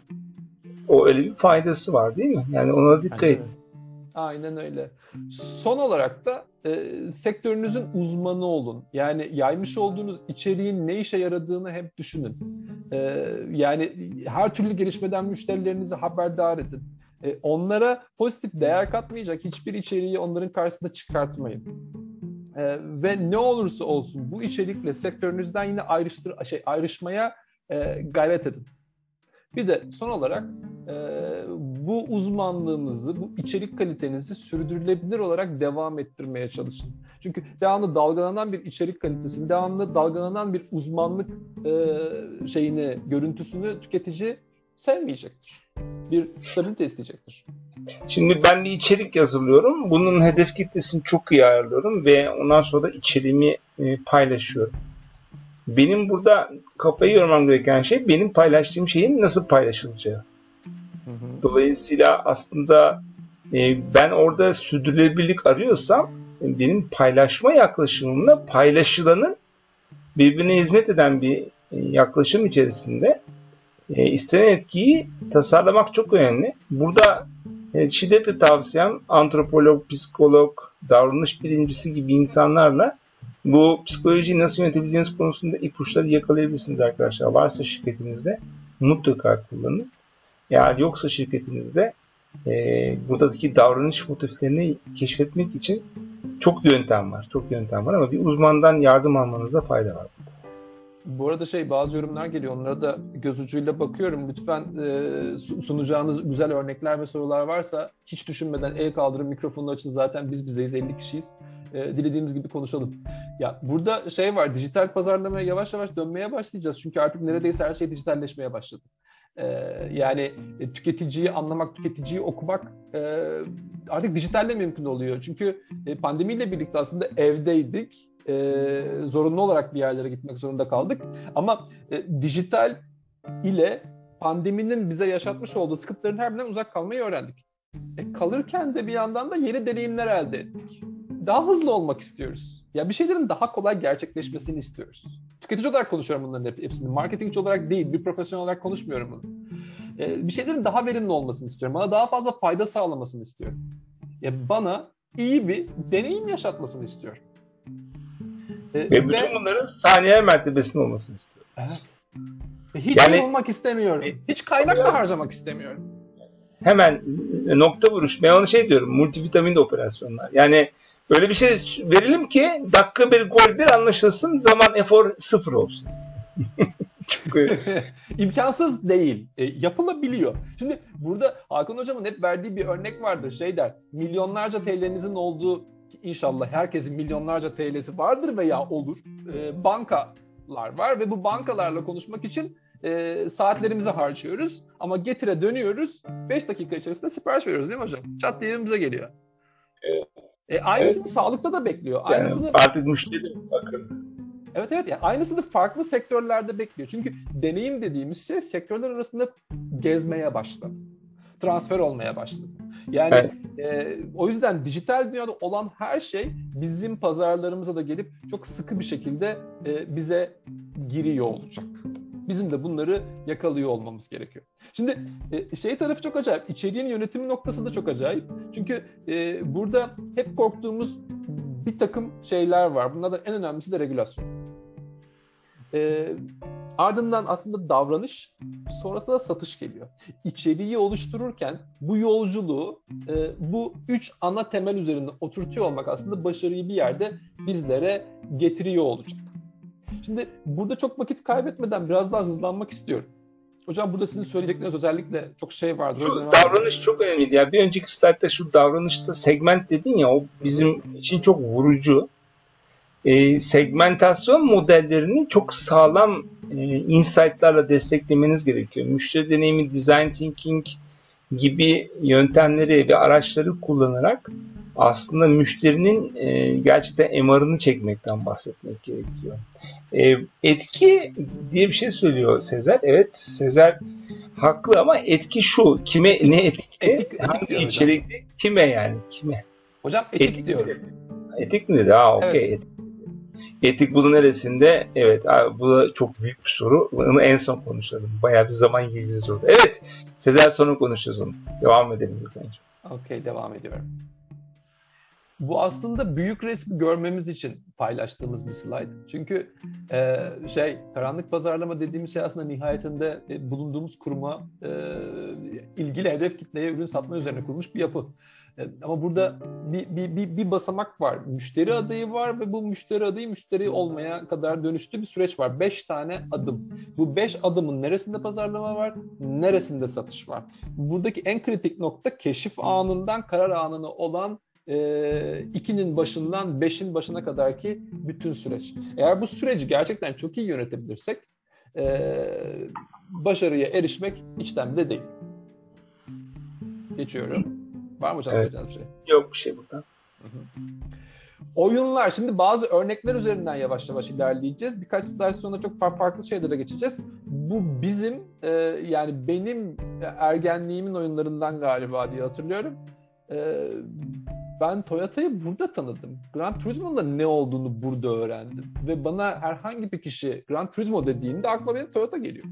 o öyle bir faydası var değil mi? Yani ona da dikkat edin. Aynen öyle. Son olarak da sektörünüzün uzmanı olun. Yani yaymış olduğunuz içeriğin ne işe yaradığını hep düşünün. Yani her türlü gelişmeden müşterilerinizi haberdar edin. Onlara pozitif değer katmayacak hiçbir içeriği onların karşısında çıkartmayın. Ve ne olursa olsun bu içerikle sektörünüzden yine ayrışmaya gayret edin. Bir de son olarak bu uzmanlığınızı, bu içerik kalitenizi sürdürülebilir olarak devam ettirmeye çalışın. Çünkü devamlı dalgalanan bir içerik kalitesini, devamlı dalgalanan bir uzmanlık görüntüsünü tüketici sevmeyecektir. Bir stabilite isteyecektir. Şimdi ben bir içerik yazılıyorum. Bunun hedef kitlesini çok iyi ayarlıyorum ve ondan sonra da içeriğimi paylaşıyorum. Benim burada kafayı yormam gereken şey benim paylaştığım şeyin nasıl paylaşılacağı. Dolayısıyla aslında ben orada sürdürülebilirlik arıyorsam benim paylaşma yaklaşımımla paylaşılanın birbirine hizmet eden bir yaklaşım içerisinde istenen etkiyi tasarlamak çok önemli. Burada şiddetle tavsiyem antropolog, psikolog, davranış bilimcisi gibi insanlarla bu psikolojiyi nasıl yönetebileceğiniz konusunda ipuçları yakalayabilirsiniz arkadaşlar. Varsa şirketinizde mutlaka kullanın. Eğer yoksa şirketinizde buradaki davranış motiflerini keşfetmek için çok yöntem var. Çok yöntem var ama bir uzmandan yardım almanızda fayda var burada. Bu arada bazı yorumlar geliyor. Onlara da göz ucuyla bakıyorum. Lütfen sunacağınız güzel örnekler ve sorular varsa hiç düşünmeden el kaldırın, mikrofonu açın. Zaten biz bizeyiz, 50 kişiyiz. Dilediğimiz gibi konuşalım. Ya burada var, dijital pazarlamaya yavaş yavaş dönmeye başlayacağız. Çünkü artık neredeyse her şey dijitalleşmeye başladı. Yani tüketiciyi anlamak, tüketiciyi okumak artık dijitalle mümkün oluyor. Çünkü pandemiyle birlikte aslında evdeydik. Zorunlu olarak bir yerlere gitmek zorunda kaldık. Ama dijital ile pandeminin bize yaşatmış olduğu sıkıntıların her birinden uzak kalmayı öğrendik. Kalırken de bir yandan da yeni deneyimler elde ettik. Daha hızlı olmak istiyoruz. Ya bir şeylerin daha kolay gerçekleşmesini istiyoruz. Tüketici olarak konuşuyorum bunların hepsini. Marketingçi olarak değil, bir profesyonel olarak konuşmuyorum bunu. Bir şeylerin daha verimli olmasını istiyorum. Bana daha fazla fayda sağlamasını istiyorum. Bana iyi bir deneyim yaşatmasını istiyorum. Ve bütün bunların saniyeler mertebesinde olmasını istiyorum. Evet. Hiç olmak istemiyorum. Hiç kaynak da harcamak istemiyorum. Hemen nokta vuruş. Ben onu diyorum. Multivitamin operasyonlar. Yani öyle bir şey verelim ki dakika bir gol bir anlaşılsın. Zaman efor sıfır olsun. İmkansız değil. Yapılabiliyor. Şimdi burada Hakan Hocam'ın hep verdiği bir örnek vardır. Der, milyonlarca TL'nizin olduğu, İnşallah herkesin milyonlarca TL'si vardır veya olur. Bankalar var ve bu bankalarla konuşmak için saatlerimizi harcıyoruz. Ama Getir'e dönüyoruz. 5 dakika içerisinde sipariş veriyoruz değil mi hocam? Çat diye evimize geliyor. Aynısını sağlıkta da bekliyor. Aynısını artık müşteri bakın. Evet. Yani aynısını farklı sektörlerde bekliyor. Çünkü deneyim dediğimiz şey sektörler arasında gezmeye başladı. Transfer olmaya başladı. Yani o yüzden dijital dünyada olan her şey bizim pazarlarımıza da gelip çok sıkı bir şekilde bize giriyor olacak. Bizim de bunları yakalıyor olmamız gerekiyor. Şimdi tarafı çok acayip. İçeriğin yönetimi noktası da çok acayip. Çünkü burada hep korktuğumuz bir takım şeyler var. Bunlardan en önemlisi de regülasyon. Ardından aslında davranış, sonrasında da satış geliyor. İçeriği oluştururken bu yolculuğu bu 3 ana temel üzerinde oturtuyor olmak aslında başarıyı bir yerde bizlere getiriyor olacak. Şimdi burada çok vakit kaybetmeden biraz daha hızlanmak istiyorum. Hocam burada sizin söyleyecekleriniz özellikle çok vardır. Şu davranış çok önemliydi. Yani bir önceki slaytta şu davranışta segment dedin ya, o bizim için çok vurucu. Segmentasyon modellerini çok sağlam insight'larla desteklemeniz gerekiyor. Müşteri deneyimi, design thinking gibi yöntemleri ve araçları kullanarak aslında müşterinin gerçekten MR'ını çekmekten bahsetmek gerekiyor. Etki diye bir şey söylüyor Sezer. Evet, Sezer haklı ama etki şu. Kime ne etki? Hangi içerikte? Kime yani? Kime? Hocam etik diyor. Etik mi dedi? Okey. Evet. Etik bunun neresinde? Evet, bu da çok büyük bir soru. Onu en son konuşalım. Bayağı bir zaman yiyeceğiz orada. Evet, Sezer sonra konuşacağız onu. Devam edelim lütfen. Okey, devam ediyorum. Bu aslında büyük resmi görmemiz için paylaştığımız bir slide. Çünkü karanlık pazarlama dediğimiz şey aslında nihayetinde bulunduğumuz kuruma ilgili hedef kitleye ürün satma üzerine kurulmuş bir yapı. Ama burada bir basamak var. Müşteri adayı var ve bu müşteri adayı müşteri olmaya kadar dönüştüğü bir süreç var. 5 tane adım. Bu 5 adımın neresinde pazarlama var, neresinde satış var? Buradaki en kritik nokta keşif anından karar anına olan 2'nin başından 5'in başına kadarki bütün süreç. Eğer bu süreci gerçekten çok iyi yönetebilirsek başarıya erişmek içten bile değil. Geçiyorum. Var mı hocam söyleyeceğiniz bir şey? Yok bir şey burada. Oyunlar. Şimdi bazı örnekler üzerinden yavaş yavaş ilerleyeceğiz. Birkaç slide sonra çok farklı şeylere geçeceğiz. Bu bizim yani benim ergenliğimin oyunlarından galiba diye hatırlıyorum. Ben Toyota'yı burada tanıdım. Gran Turismo'nun da ne olduğunu burada öğrendim. Ve bana herhangi bir kişi Gran Turismo dediğinde aklıma benim Toyota geliyor.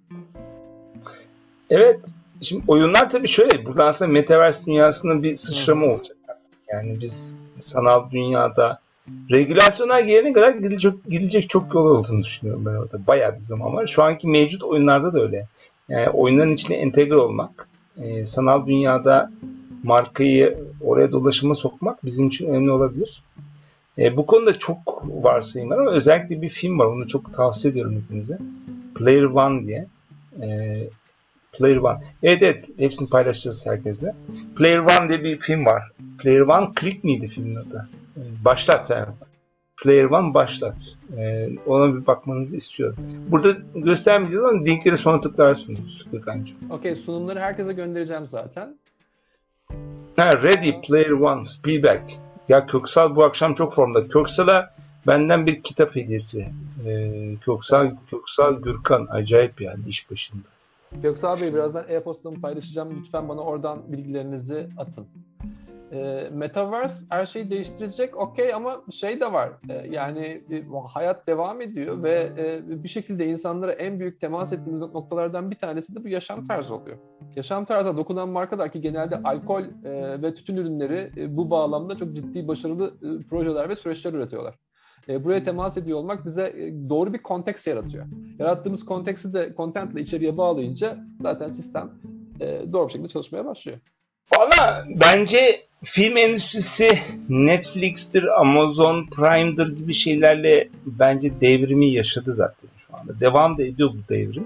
Evet. Şimdi oyunlar tabii şöyle. Burada aslında Metaverse dünyasında bir sıçrama olacak artık. Yani biz sanal dünyada regülasyonlar gelene kadar gidilecek çok yol olduğunu düşünüyorum ben orada. Bayağı bir zaman var. Şu anki mevcut oyunlarda da öyle. Yani oyunların içine entegre olmak, sanal dünyada markayı oraya dolaşıma sokmak bizim için önemli olabilir. Bu konuda çok varsayım var ama özellikle bir film var. Onu çok tavsiye ediyorum hepinize. Player One diye. Player One. Evet. Hepsini paylaşacağız herkesle. Player One diye bir film var. Player One Click miydi filmin adı? Başlat yani. Player One başlat. Ona bir bakmanızı istiyorum. Burada göstermeyeceğiz ama linkleri sonra tıklarsınız. Okey, sunumları herkese göndereceğim zaten. Ready Player One Spielberg. Ya Köksal bu akşam çok formda. Köksal'a benden bir kitap hediyesi. Köksal Gürkan. Acayip yani iş başında. Köksal Bey, birazdan e-postamı paylaşacağım. Lütfen bana oradan bilgilerinizi atın. Metaverse her şeyi değiştirecek, okey, ama şey de var. Yani hayat devam ediyor ve bir şekilde insanlara en büyük temas ettiğimiz noktalardan bir tanesi de bu yaşam tarzı oluyor. Yaşam tarzına dokunan markalar ki genelde alkol ve tütün ürünleri bu bağlamda çok ciddi başarılı projeler ve süreçler üretiyorlar. Buraya temas ediyor olmak bize doğru bir konteks yaratıyor. Yarattığımız konteksti de contentle içeriye bağlayınca zaten sistem doğru bir şekilde çalışmaya başlıyor. Valla bence film endüstrisi Netflix'tir, Amazon Prime'dır gibi şeylerle bence devrimi yaşadı zaten şu anda. Devam da ediyor bu devrim.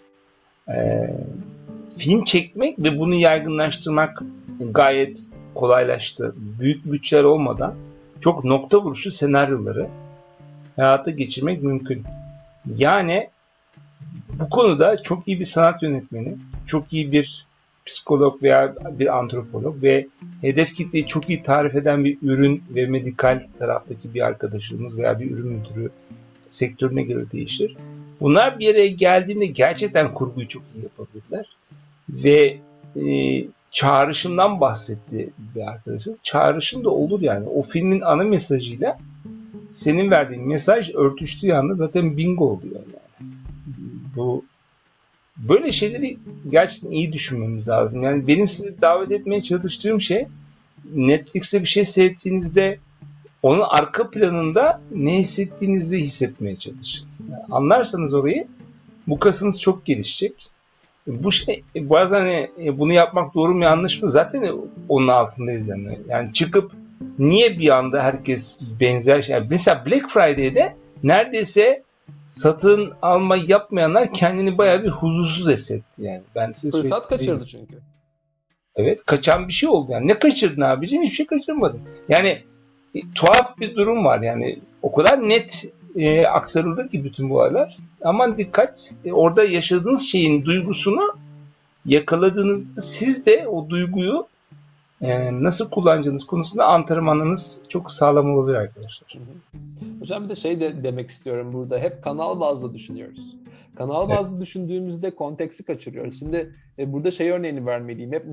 Film çekmek ve bunu yaygınlaştırmak gayet kolaylaştı. Büyük bütçeler olmadan çok nokta vuruşu senaryoları hayata geçirmek mümkün. Yani bu konuda çok iyi bir sanat yönetmeni, çok iyi bir psikolog veya bir antropolog ve hedef kitleyi çok iyi tarif eden bir ürün ve medikal taraftaki bir arkadaşımız veya bir ürün müdürü sektörüne göre değişir. Bunlar bir araya geldiğinde gerçekten kurguyu çok iyi yapabilirler. Ve çağrışımdan bahsetti bir arkadaşım. Çağrışım da olur yani. O filmin ana mesajıyla senin verdiğin mesaj örtüştüğü anda zaten bingo oluyor yani. Bu böyle şeyleri gerçekten iyi düşünmemiz lazım. Yani benim sizi davet etmeye çalıştığım şey Netflix'te bir şey seyrettiğinizde onun arka planında ne hissettiğinizi hissetmeye çalışın. Yani anlarsanız orayı bu kasınız çok gelişecek. Bu şey bazen bunu yapmak doğru mu yanlış mı zaten onun altındayız yani. Yani çıkıp niye bir anda herkes benzer şey. Yani mesela Black Friday'de neredeyse satın alma yapmayanlar kendini bayağı bir huzursuz hissetti yani. Ben size fırsat kaçırdı çünkü. Evet, kaçan bir şey oldu yani. Ne kaçırdın abicim? Hiçbir şey kaçırmadın. Yani tuhaf bir durum var yani. O kadar net aktarıldı ki bütün bu olaylar. Aman dikkat. Orada yaşadığınız şeyin duygusunu yakaladığınızda siz de o duyguyu nasıl kullanacağınız konusunda antrenmanınız çok sağlam olabilir arkadaşlar. Hocam bir de şey de demek istiyorum burada. Hep kanal bazlı düşünüyoruz. Kanal bazlı düşündüğümüzde konteksti kaçırıyoruz. Şimdi burada şey örneğini vermeliyim. Hep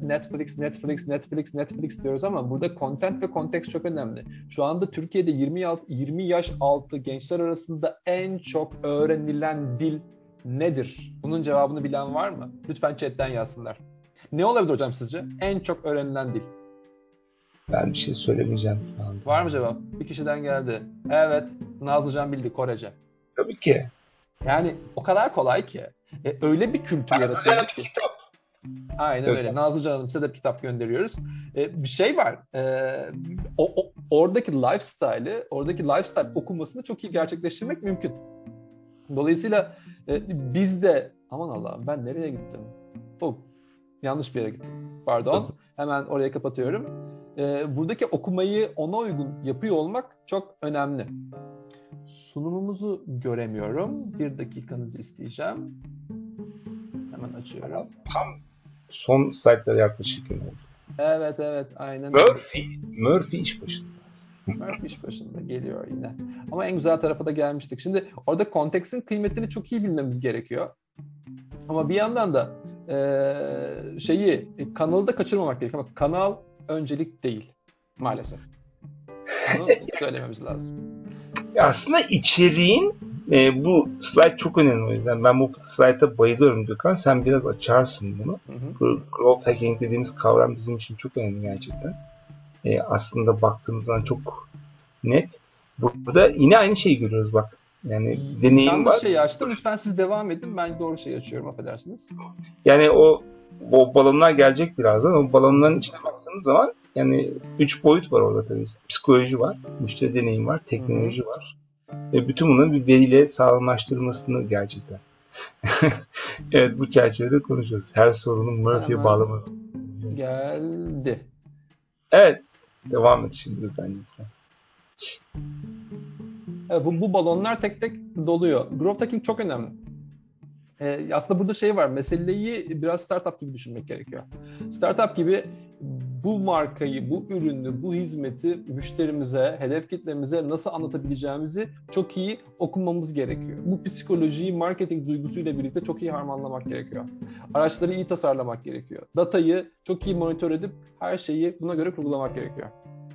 Netflix diyoruz ama burada content ve kontekst çok önemli. Şu anda Türkiye'de 20 yaş altı gençler arasında en çok öğrenilen dil nedir? Bunun cevabını bilen var mı? Lütfen chatten yazsınlar. Ne olabilir hocam sizce? En çok öğrenilen dil. Ben bir şey söylemeyeceğim şu anda. Var mı cevap? Bir kişiden geldi. Evet. Nazlıcan bildi, Korece. Tabii ki. Yani o kadar kolay ki. Öyle bir kültür yaratıyor ki. Aynen evet. Öyle. Nazlıcan Hanım size de bir kitap gönderiyoruz. Bir şey var. Oradaki lifestyle okumasını çok iyi gerçekleştirmek mümkün. Dolayısıyla biz de aman Allah'ım ben nereye gittim? Yanlış bir yere gittim. Pardon. Hemen oraya kapatıyorum. Buradaki okumayı ona uygun yapıyor olmak çok önemli. Sunumumuzu göremiyorum. Bir dakikanızı isteyeceğim. Hemen açıyorum. Tam son slaytlara yaklaşık oldu. Evet. Aynen. Murphy iş başında. Murphy iş başında geliyor yine. Ama en güzel tarafa da gelmiştik. Şimdi orada konteksin kıymetini çok iyi bilmemiz gerekiyor. Ama bir yandan da kanalı da kaçırmamak gerekiyor. Ama kanal öncelik değil maalesef. Bunu söylememiz lazım. Aslında içeriğin bu slide çok önemli o yüzden. Ben bu slide'a bayılıyorum Gökhan. Sen biraz açarsın bunu. Growth hacking dediğimiz kavram bizim için çok önemli gerçekten. Aslında baktığınız zaman çok net. Burada yine aynı şeyi görüyoruz bak. Yani deneyim var. Yanlış şeyi açtım. Lütfen siz devam edin. Ben doğru şeyi açıyorum. Affedersiniz. Yani o balonlar gelecek birazdan. O balonların içine baktığınız zaman yani 3 boyut var orada tabii. Psikoloji var, müşteri deneyim var, teknoloji var. Ve bütün bunların bir veriyle sağlamlaştırılmasını gerçekten. Evet, bu çerçevede konuşuyoruz. Her sorunun Murphy'ye bağlaması. Geldi. Evet. Devam et şimdi bence sen. Evet, bu balonlar tek tek doluyor. Growth hacking çok önemli. Aslında burada şey var. Meseleyi biraz startup gibi düşünmek gerekiyor. Startup gibi bu markayı, bu ürünü, bu hizmeti müşterimize, hedef kitlemize nasıl anlatabileceğimizi çok iyi okumamız gerekiyor. Bu psikolojiyi marketing duygusuyla birlikte çok iyi harmanlamak gerekiyor. Araçları iyi tasarlamak gerekiyor. Datayı çok iyi monitör edip her şeyi buna göre kurgulamak gerekiyor.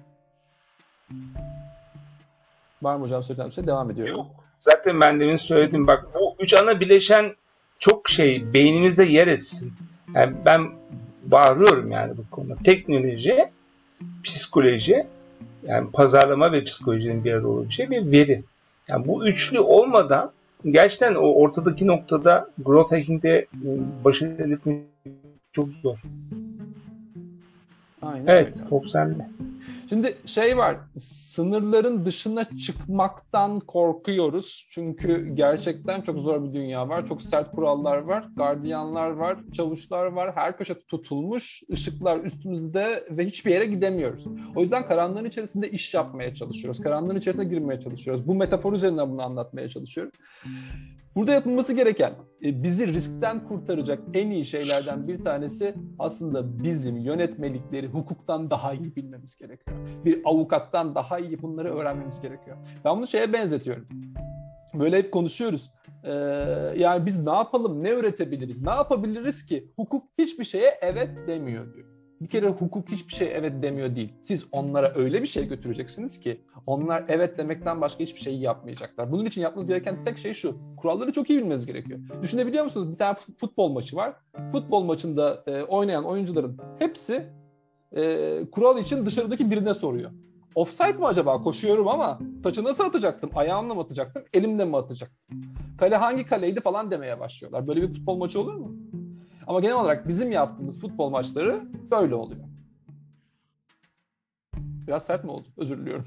Var mı hocam söyleyeceğim şey? Devam ediyorum. Yok. Zaten ben demin söyledim. Bak bu 3 ana bileşen çok beynimizde yer etsin. Yani ben bağırıyorum yani bu konuda. Teknoloji, psikoloji, yani pazarlama ve psikolojinin bir arada olduğu bir şey, bir veri. Yani bu üçlü olmadan gerçekten o ortadaki noktada growth hacking'de başarılı etmek çok zor. Aynen evet, öyle. top sende. Şimdi şey var, sınırların dışına çıkmaktan korkuyoruz. Çünkü gerçekten çok zor bir dünya var. Çok sert kurallar var, gardiyanlar var, çavuşlar var. Her köşe tutulmuş, ışıklar üstümüzde ve hiçbir yere gidemiyoruz. O yüzden karanlığın içerisinde iş yapmaya çalışıyoruz. Karanlığın içerisine girmeye çalışıyoruz. Bu metafor üzerinden bunu anlatmaya çalışıyorum. Burada yapılması gereken, bizi riskten kurtaracak en iyi şeylerden bir tanesi aslında bizim yönetmelikleri hukuktan daha iyi bilmemiz gerekiyor. Bir avukattan daha iyi bunları öğrenmemiz gerekiyor. Ben bunu şeye benzetiyorum. Böyle hep konuşuyoruz. Yani biz ne yapalım, ne üretebiliriz, ne yapabiliriz ki? Hukuk hiçbir şeye evet demiyor diyor. Bir kere hukuk hiçbir şey evet demiyor değil. Siz onlara öyle bir şey götüreceksiniz ki onlar evet demekten başka hiçbir şey yapmayacaklar. Bunun için yapmanız gereken tek şey şu. Kuralları çok iyi bilmeniz gerekiyor. Düşünebiliyor musunuz? Bir tane futbol maçı var. Futbol maçında oynayan oyuncuların hepsi kural için dışarıdaki birine soruyor. Offside mi acaba? Koşuyorum ama taçı nasıl atacaktım? Ayağımla mı atacaktım? Elimle mi atacaktım? Kale hangi kaleydi falan demeye başlıyorlar. Böyle bir futbol maçı olur mu? Ama genel olarak bizim yaptığımız futbol maçları böyle oluyor. Biraz sert mi oldu? Özür diliyorum.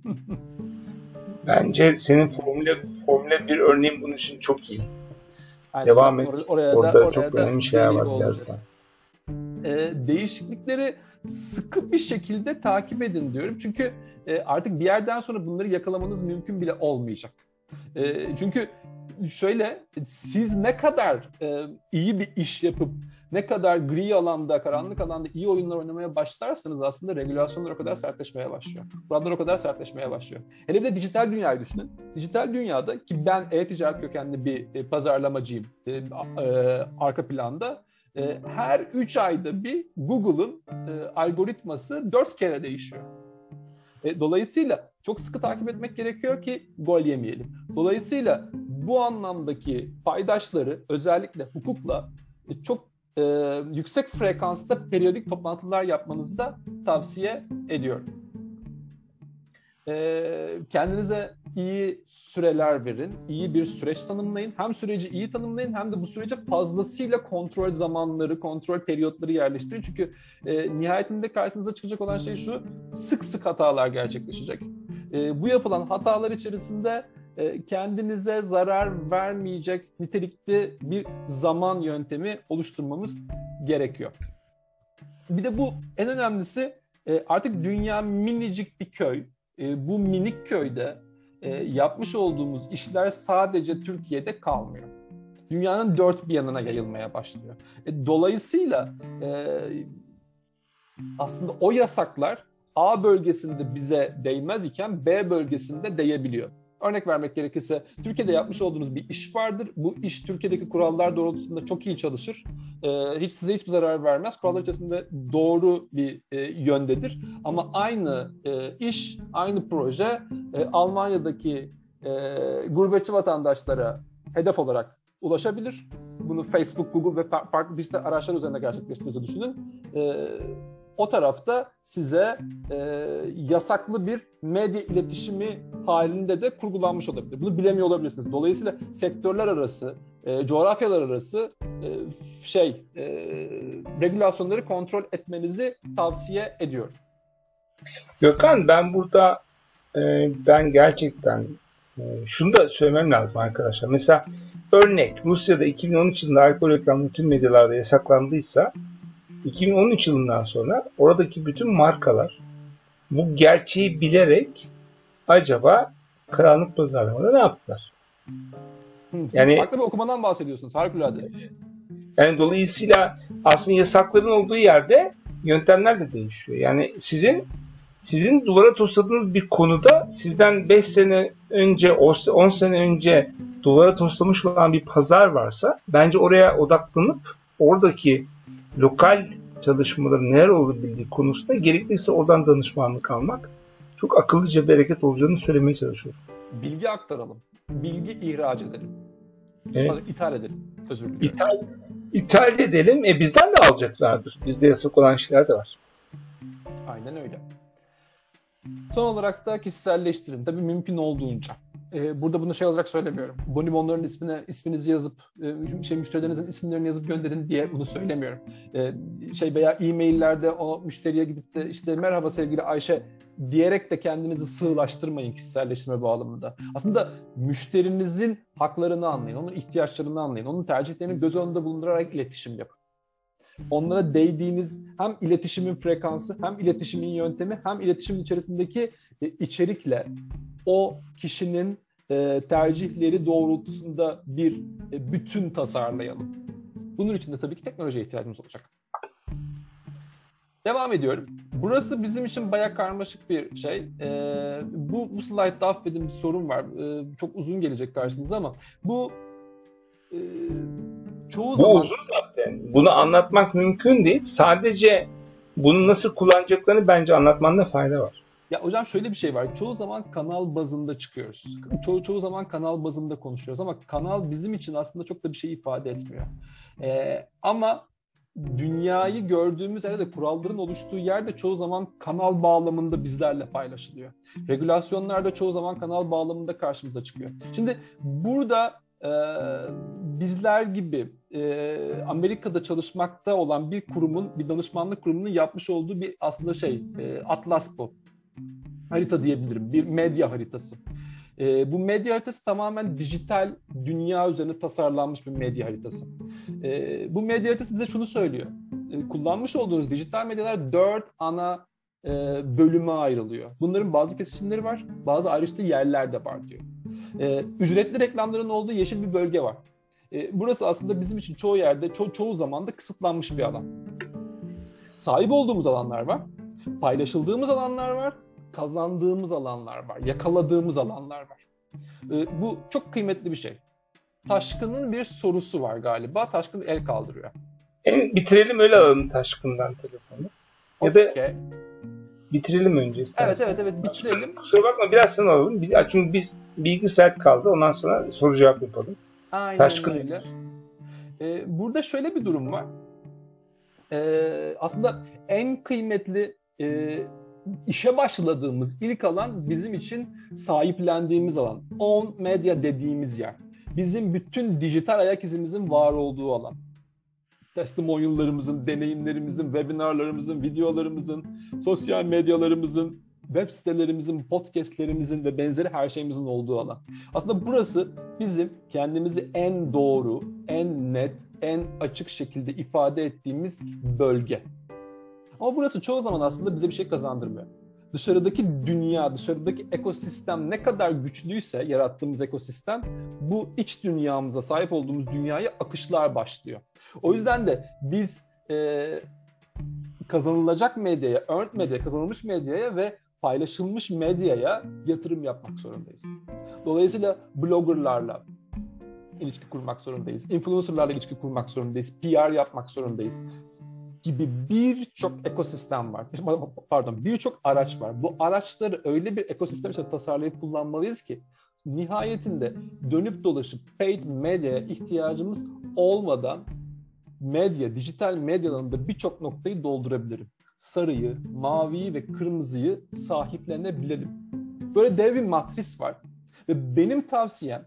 Bence senin Formula 1 örneğin bunun için çok iyi. Aynen. Devam et. Orada çok önemli şeyler var birazdan. Değişiklikleri sıkı bir şekilde takip edin diyorum. Çünkü artık bir yerden sonra bunları yakalamanız mümkün bile olmayacak. Çünkü şöyle, siz ne kadar iyi bir iş yapıp ne kadar gri alanda, karanlık alanda iyi oyunlar oynamaya başlarsanız aslında regülasyonlar o kadar sertleşmeye başlıyor. Kurallar o kadar sertleşmeye başlıyor. Hele bir de dijital dünyayı düşünün. Dijital dünyada ki ben e-ticaret kökenli bir pazarlamacıyım arka planda. Her 3 ayda bir Google'ın algoritması 4 kere değişiyor. Dolayısıyla çok sıkı takip etmek gerekiyor ki gol yemeyelim. Dolayısıyla bu anlamdaki paydaşları özellikle hukukla çok yüksek frekansta periyodik toplantılar yapmanızı da tavsiye ediyorum. Kendinize iyi süreler verin, iyi bir süreç tanımlayın. Hem süreci iyi tanımlayın hem de bu sürece fazlasıyla kontrol zamanları, kontrol periyotları yerleştirin. Çünkü nihayetinde karşınıza çıkacak olan şey şu, sık sık hatalar gerçekleşecek. Bu yapılan hatalar içerisinde kendinize zarar vermeyecek nitelikli bir zaman yöntemi oluşturmamız gerekiyor. Bir de bu en önemlisi artık dünya minicik bir köy. Bu minik köyde yapmış olduğumuz işler sadece Türkiye'de kalmıyor. Dünyanın dört bir yanına yayılmaya başlıyor. Dolayısıyla aslında o yasaklar A bölgesinde bize değmez iken B bölgesinde değebiliyor. Örnek vermek gerekirse Türkiye'de yapmış olduğunuz bir iş vardır. Bu iş Türkiye'deki kurallar doğrultusunda çok iyi çalışır. Size hiçbir zarar vermez. Kurallar içerisinde doğru bir yöndedir. Ama aynı iş, aynı proje Almanya'daki gurbetçi vatandaşlara hedef olarak ulaşabilir. Bunu Facebook, Google ve farklı dijital araçlar üzerinde gerçekleştirdiğinizi düşünün. O tarafta size yasaklı bir medya iletişimi halinde de kurgulanmış olabilir. Bunu bilemiyor olabilirsiniz. Dolayısıyla sektörler arası, coğrafyalar arası regülasyonları kontrol etmenizi tavsiye ediyorum. Gökhan, ben burada ben gerçekten şunu da söylemem lazım arkadaşlar. Mesela örnek Rusya'da 2013 yılında alkol reklamları tüm medyalarda yasaklandıysa 2013 yılından sonra oradaki bütün markalar bu gerçeği bilerek acaba karanlık pazarlamada ne yaptılar? Siz farklı bir okumadan bahsediyorsunuz. Harikulade. Yani dolayısıyla aslında yasakların olduğu yerde yöntemler de değişiyor. Yani sizin duvara tosladığınız bir konuda sizden 5 sene önce, 10 sene önce duvara toslamış olan bir pazar varsa bence oraya odaklanıp oradaki lokal çalışmaların neler olabildiği konusunda gerekliyse oradan danışmanlık almak çok akıllıca bir hareket olacağını söylemeye çalışıyorum. Bilgi aktaralım. Bilgi ihraç edelim. Evet. İthal edelim. Özür diliyorum. İthal edelim. Bizden de alacaklardır. Bizde yasak olan şeyler de var. Aynen öyle. Son olarak da kişiselleştirin. Tabii mümkün olduğunca. Burada bunu olarak söylemiyorum. Bonibonların isminizi yazıp, müşterilerinizin isimlerini yazıp gönderin diye bunu söylemiyorum. Veya e-maillerde o müşteriye gidip de işte merhaba sevgili Ayşe diyerek de kendinizi sığlaştırmayın kişiselleştirme bağlamında. Aslında müşterinizin haklarını anlayın, onun ihtiyaçlarını anlayın, onun tercihlerini göz önünde bulundurarak iletişim yapın. Onlara değdiğiniz hem iletişimin frekansı, hem iletişimin yöntemi, hem iletişimin içerisindeki içerikle o kişinin tercihleri doğrultusunda bir bütün tasarlayalım. Bunun için de tabii ki teknolojiye ihtiyacımız olacak. Devam ediyorum. Burası bizim için bayağı karmaşık bir şey. Bu slaytta affedin bir sorun var. Çok uzun gelecek karşınıza ama bu çoğu zaman... Bu uzun zaten. Bunu anlatmak mümkün değil. Sadece bunu nasıl kullanacaklarını bence anlatmanda fayda var. Ya hocam şöyle bir şey var. Çoğu zaman kanal bazında çıkıyoruz. Çoğu zaman kanal bazında konuşuyoruz ama kanal bizim için aslında çok da bir şey ifade etmiyor. Ama dünyayı gördüğümüz yerde, kuralların oluştuğu yerde çoğu zaman kanal bağlamında bizlerle paylaşılıyor. Regülasyonlar da çoğu zaman kanal bağlamında karşımıza çıkıyor. Şimdi burada bizler gibi Amerika'da çalışmakta olan bir kurumun, bir danışmanlık kurumunun yapmış olduğu bir aslında atlas bu. Harita diyebilirim. Bir medya haritası. Bu medya haritası tamamen dijital dünya üzerine tasarlanmış bir medya haritası. Bu medya haritası bize şunu söylüyor. Kullanmış olduğunuz dijital medyalar 4 ana bölüme ayrılıyor. Bunların bazı kesişimleri var, bazı ayrıştığı yerler de var diyor. Ücretli reklamların olduğu yeşil bir bölge var. Burası aslında bizim için çoğu yerde, çoğu zaman da kısıtlanmış bir alan. Sahip olduğumuz alanlar var, paylaşıldığımız alanlar var, kazandığımız alanlar var, yakaladığımız alanlar var. Bu çok kıymetli bir şey. Taşkın'ın bir sorusu var galiba. Taşkın el kaldırıyor. Bitirelim öyle alalım Taşkın'dan telefonu. Ya da bitirelim önce istersen. Evet bitirelim. Kusura bakma biraz sana alalım. Çünkü bir iki saat kaldı. Ondan sonra soru cevap yapalım. Aynen Taşkın. Öyle. Burada şöyle bir durum var. Aslında en kıymetli işe başladığımız ilk alan bizim için sahiplendiğimiz alan. Own media dediğimiz yer. Bizim bütün dijital ayak izimizin var olduğu alan. Testimonial'larımızın, deneyimlerimizin, webinarlarımızın, videolarımızın, sosyal medyalarımızın, web sitelerimizin, podcastlerimizin ve benzeri her şeyimizin olduğu alan. Aslında burası bizim kendimizi en doğru, en net, en açık şekilde ifade ettiğimiz bölge. Ama burası çoğu zaman aslında bize bir şey kazandırmıyor. Dışarıdaki dünya, dışarıdaki ekosistem ne kadar güçlüyse yarattığımız ekosistem, bu iç dünyamıza sahip olduğumuz dünyaya akışlar başlıyor. O yüzden de biz kazanılacak medyaya, earned medyaya, kazanılmış medyaya ve paylaşılmış medyaya yatırım yapmak zorundayız. Dolayısıyla bloggerlarla ilişki kurmak zorundayız, influencerlarla ilişki kurmak zorundayız, PR yapmak zorundayız gibi birçok ekosistem var. Birçok araç var. Bu araçları öyle bir ekosistem içinde tasarlayıp kullanmalıyız ki nihayetinde dönüp dolaşıp paid medyaya ihtiyacımız olmadan dijital medya alanında birçok noktayı doldurabilirim. Sarıyı, maviyi ve kırmızıyı sahiplenebilelim. Böyle dev bir matris var. Ve benim tavsiyem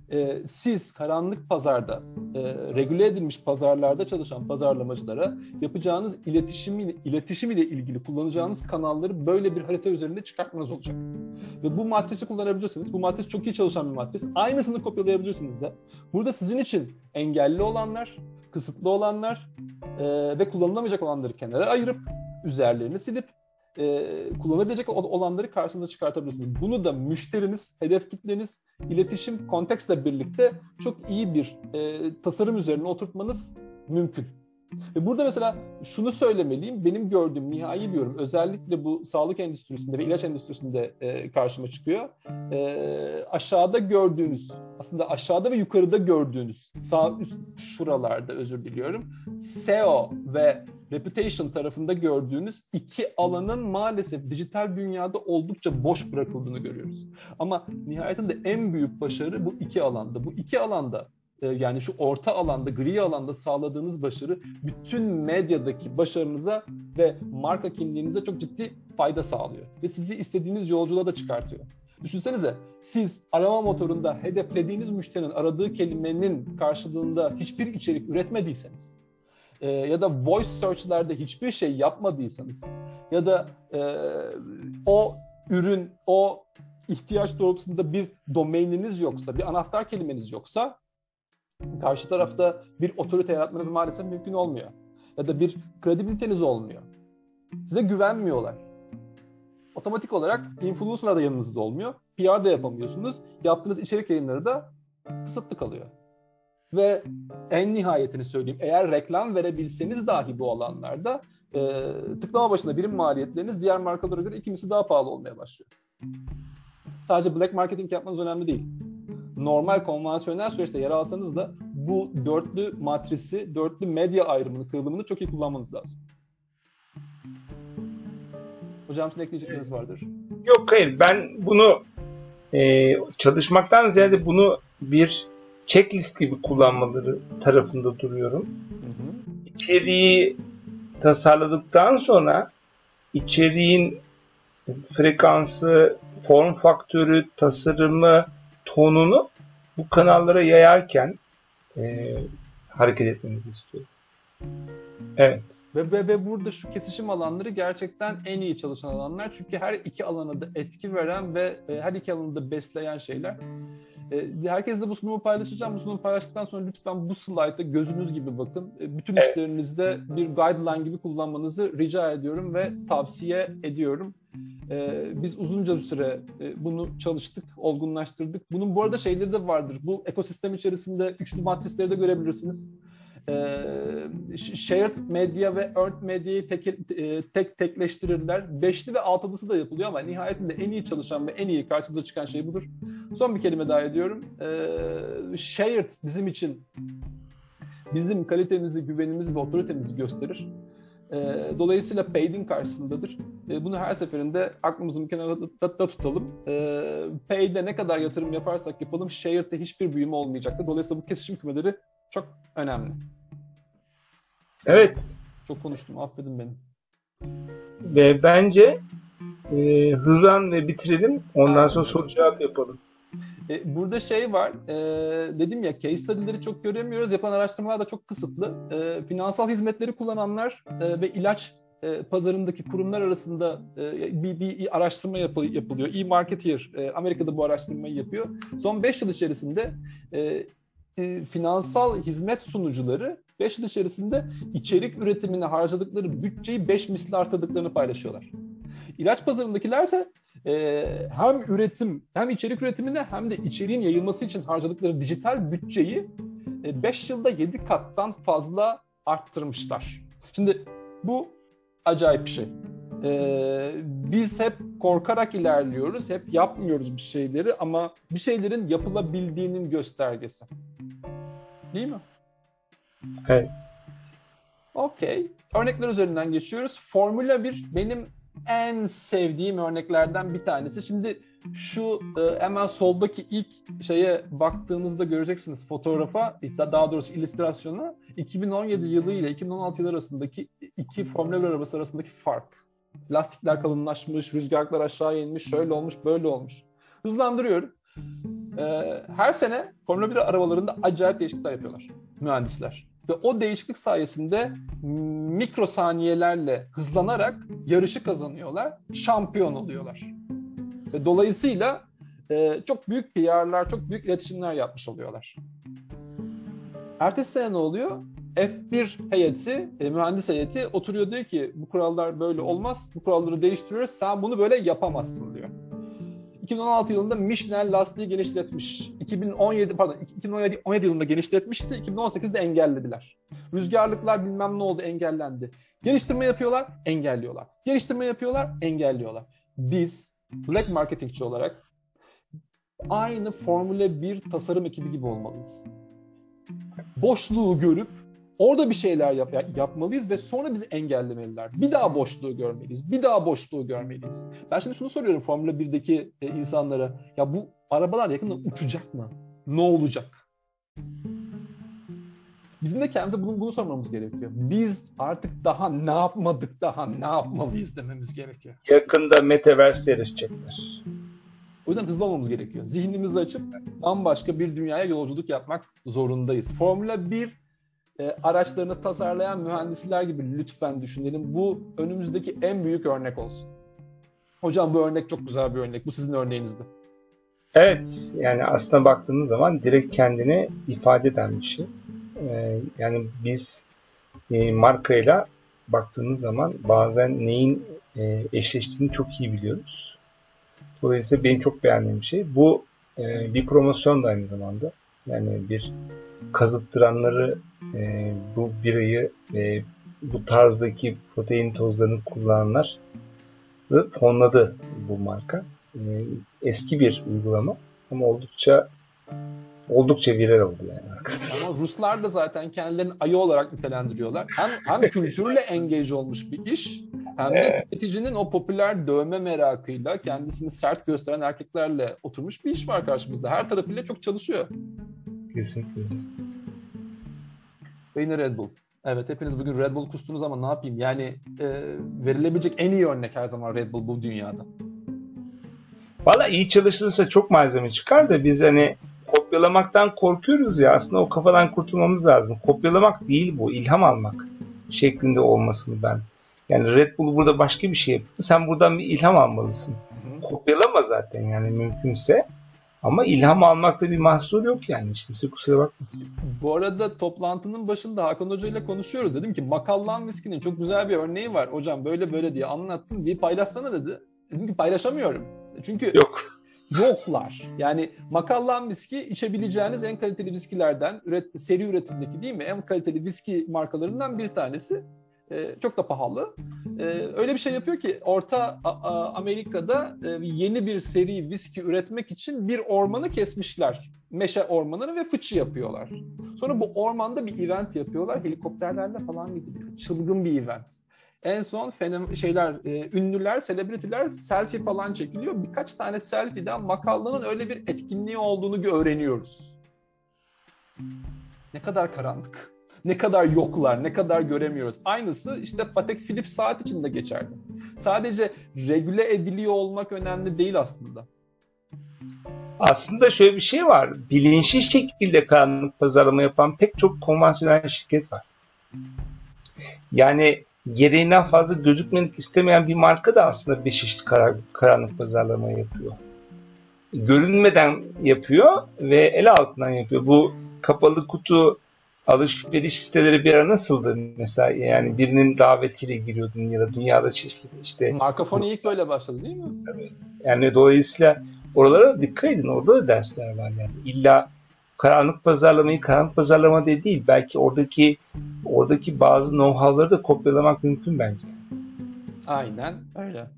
siz karanlık pazarda, regüle edilmiş pazarlarda çalışan pazarlamacılara yapacağınız iletişim ile ilgili kullanacağınız kanalları böyle bir harita üzerinde çıkartmanız olacak. Ve bu matrisi kullanabilirsiniz. Bu matris çok iyi çalışan bir matris. Aynısını kopyalayabilirsiniz de. Burada sizin için engelli olanlar, kısıtlı olanlar ve kullanılamayacak olanları kenara ayırıp, üzerlerini silip, kullanabilecek olanları karşınıza çıkartabilirsiniz. Bunu da müşteriniz, hedef kitleniz, iletişim, kontekstle birlikte çok iyi bir tasarım üzerine oturtmanız mümkün. Ve burada mesela şunu söylemeliyim, benim gördüğüm nihai bir yorum, özellikle bu sağlık endüstrisinde ve ilaç endüstrisinde karşıma çıkıyor. Aşağıda gördüğünüz, aslında aşağıda ve yukarıda gördüğünüz, sağ üst şuralarda özür diliyorum, SEO ve Reputation tarafında gördüğünüz iki alanın maalesef dijital dünyada oldukça boş bırakıldığını görüyoruz. Ama nihayetinde en büyük başarı bu iki alanda. Bu iki alanda, yani şu orta alanda, gri alanda sağladığınız başarı bütün medyadaki başarınıza ve marka kimliğinize çok ciddi fayda sağlıyor. Ve sizi istediğiniz yolculuğa da çıkartıyor. Düşünsenize, siz arama motorunda hedeflediğiniz müşterinin aradığı kelimenin karşılığında hiçbir içerik üretmediyseniz, ya da voice search'lerde hiçbir şey yapmadıysanız ya da o ürün, o ihtiyaç doğrultusunda bir domaininiz yoksa, bir anahtar kelimeniz yoksa karşı tarafta bir otorite yaratmanız maalesef mümkün olmuyor. Ya da bir kredibiliteniz olmuyor. Size güvenmiyorlar. Otomatik olarak influencer'lar da yanınızda olmuyor. PR da yapamıyorsunuz. Yaptığınız içerik yayınları da kısıtlı kalıyor. Ve en nihayetini söyleyeyim, eğer reklam verebilseniz dahi bu alanlarda tıklama başına birim maliyetleriniz diğer markalara göre ikimisi daha pahalı olmaya başlıyor. Sadece black marketing yapmanız önemli değil. Normal konvansiyonel süreçte yer alsanız da bu dörtlü matrisi, dörtlü medya ayrımını, kırılımını çok iyi kullanmanız lazım. Hocam sizin ekleyecekleriniz vardır. Yok hayır, ben bunu çalışmaktan ziyade bunu bir checklist gibi kullanmaları tarafında duruyorum. İçeriği tasarladıktan sonra içeriğin frekansı, form faktörü, tasarımı, tonunu bu kanallara yayarken hareket etmenizi istiyorum. Evet. Ve burada şu kesişim alanları gerçekten en iyi çalışan alanlar. Çünkü her iki alana da etki veren ve her iki alanı da besleyen şeyler. Herkesle bu sunumu paylaşacağım. Bu sunumu paylaştıktan sonra lütfen bu slayta gözünüz gibi bakın. Bütün işlerinizde bir guideline gibi kullanmanızı rica ediyorum ve tavsiye ediyorum. Biz uzunca bir süre bunu çalıştık, olgunlaştırdık. Bunun bu arada şeyleri de vardır. Bu ekosistem içerisinde üçlü matrisleri de görebilirsiniz. Shared medya ve earned medyayı tekleştirirler. Beşli ve altılısı da yapılıyor ama nihayetinde en iyi çalışan ve en iyi karşımıza çıkan şey budur. Son bir kelime daha ediyorum. Shared bizim için bizim kalitemizi, güvenimizi ve otoritemizi gösterir. Dolayısıyla paid'in karşısındadır. Bunu her seferinde aklımızın bir kenarında tutalım. Paid'e ne kadar yatırım yaparsak yapalım, shared'de hiçbir büyüme olmayacaktır. Dolayısıyla bu kesişim kümeleri çok önemli. Evet. Çok konuştum, affedin beni. Ve bence hızlan ve bitirelim. Ondan sonra soru cevap yapalım. Burada şey var, dedim ya case study'leri çok göremiyoruz, yapan araştırmalar da çok kısıtlı. Finansal hizmetleri kullananlar ve ilaç pazarındaki kurumlar arasında bir araştırma yapılıyor. eMarketer, Amerika'da bu araştırmayı yapıyor. Son 5 yıl içerisinde finansal hizmet sunucuları 5 yıl içerisinde içerik üretimine harcadıkları bütçeyi 5 misli artırdıklarını paylaşıyorlar. İlaç pazarındakilerse hem üretim, hem içerik üretimine hem de içeriğin yayılması için harcadıkları dijital bütçeyi 5 yılda 7 kattan fazla arttırmışlar. Şimdi bu acayip bir şey. Biz hep korkarak ilerliyoruz, hep yapmıyoruz bir şeyleri ama bir şeylerin yapılabildiğinin göstergesi. Değil mi? Evet. Okey. Örnekler üzerinden geçiyoruz. Formula 1 benim en sevdiğim örneklerden bir tanesi. Şimdi şu hemen soldaki ilk şeye baktığınızda göreceksiniz fotoğrafa, daha doğrusu illüstrasyona 2017 yılı ile 2016 yılı arasındaki iki Formula 1 arabası arasındaki fark. Lastikler kalınlaşmış, rüzgarlar aşağı inmiş, şöyle olmuş, böyle olmuş. Hızlandırıyorum. Her sene Formula 1 arabalarında acayip değişiklikler yapıyorlar mühendisler. Ve o değişiklik sayesinde mikrosaniyelerle hızlanarak yarışı kazanıyorlar, şampiyon oluyorlar. Ve dolayısıyla çok büyük PR'lar, çok büyük iletişimler yapmış oluyorlar. Ertesi sene ne oluyor? F1 heyeti, mühendis heyeti oturuyor, diyor ki bu kurallar böyle olmaz, bu kuralları değiştiriyoruz, sen bunu böyle yapamazsın diyor. 2016 yılında Michelin lastiği genişletmiş. 2017 yılında genişletmişti. 2018'de engellediler. Rüzgarlıklar bilmem ne oldu, engellendi. Geliştirme yapıyorlar, engelliyorlar. Geliştirme yapıyorlar, engelliyorlar. Biz Black Marketingçi olarak aynı Formula 1 tasarım ekibi gibi olmalıyız. Boşluğu görüp orada bir şeyler yapmalıyız ve sonra bizi engellemeliler. Bir daha boşluğu görmeliyiz. Bir daha boşluğu görmeliyiz. Ben şimdi şunu soruyorum Formula 1'deki insanlara. Ya bu arabalar yakında uçacak mı? Ne olacak? Bizim de kendimize bunu sormamız gerekiyor. Biz artık daha ne yapmadık, daha ne yapmalıyız dememiz gerekiyor. Yakında Metaverse'de yarışacaklar. O yüzden hızlı olmamız gerekiyor. Zihnimizi açıp bambaşka bir dünyaya yolculuk yapmak zorundayız. Formula 1 araçlarını tasarlayan mühendisler gibi lütfen düşünelim. Bu önümüzdeki en büyük örnek olsun. Hocam bu örnek çok güzel bir örnek. Bu sizin örneğinizdi. Evet. Yani aslında baktığınız zaman direkt kendini ifade eden bir şey. Yani biz markayla baktığınız zaman bazen neyin eşleştiğini çok iyi biliyoruz. Dolayısıyla benim çok beğendiğim bir şey. Bu bir promosyon da aynı zamanda. Yani bir kazıttıranları bu birayı bu tarzdaki protein tozlarını kullananlar fonladı bu marka. Eski bir uygulama ama oldukça viral oldu yani arkadaşlar. Ama Ruslar da zaten kendilerini ayı olarak nitelendiriyorlar. Hem kültürle engage olmuş bir iş, hem de tüketicinin o popüler dövme merakıyla kendisini sert gösteren erkeklerle oturmuş bir iş var karşımızda. Her tarafıyla çok çalışıyor. Kesinlikle. Ve yine Red Bull. Evet, hepiniz bugün Red Bull kustunuz ama ne yapayım? Yani verilebilecek en iyi örnek her zaman Red Bull bu dünyada. Valla iyi çalışılırsa çok malzeme çıkar da biz hani kopyalamaktan korkuyoruz ya, aslında o kafadan kurtulmamız lazım. Kopyalamak değil bu, ilham almak şeklinde olmasını ben. Yani Red Bull burada başka bir şey yapıyor. Sen buradan bir ilham almalısın. Kopyalama zaten yani mümkünse. Ama ilham almakta bir mahsur yok yani. Kimse kusura bakmasın. Bu arada toplantının başında Hakan Hoca ile konuşuyoruz. Dedim ki Macallan viskinin çok güzel bir örneği var. Hocam böyle böyle diye anlattın diye paylaşsana dedi. Paylaşamıyorum. Çünkü Yok. yoklar. Yani Macallan viski içebileceğiniz en kaliteli viskilerden, seri üretimdeki değil mi? En kaliteli viski markalarından bir tanesi. Çok da pahalı. Öyle bir şey yapıyor ki Orta Amerika'da yeni bir seri viski üretmek için bir ormanı kesmişler. Meşe ormanını ve fıçı yapıyorlar. Sonra bu ormanda bir event yapıyorlar. Helikopterlerle falan gidiliyor. Çılgın bir event. En son ünlüler, selebritiler selfie falan çekiliyor. Birkaç tane selfie'den Macallan'ın öyle bir etkinliği olduğunu öğreniyoruz. Ne kadar karanlık. Ne kadar yoklar, ne kadar göremiyoruz. Aynısı işte Patek Philippe saat için de geçerli. Sadece regüle ediliyor olmak önemli değil aslında. Aslında şöyle bir şey var. Bilinçli şekilde karanlık pazarlama yapan pek çok konvansiyonel şirket var. Yani gereğinden fazla gözükmedik istemeyen bir marka da aslında beşişli karanlık pazarlama yapıyor. Görünmeden yapıyor ve el altından yapıyor. Bu kapalı kutu alışveriş siteleri bir ara nasıldı mesela? Yani birinin davetiyle giriyordun ya da dünyada çeşitli işte. Markafoni ilk böyle başladı değil mi? Evet. Yani dolayısıyla oralara dikkat edin. Orada da dersler var yani. İlla karanlık pazarlamayı karanlık pazarlama diye değil. Belki oradaki bazı know-how'ları da kopyalamak mümkün bence. Aynen öyle.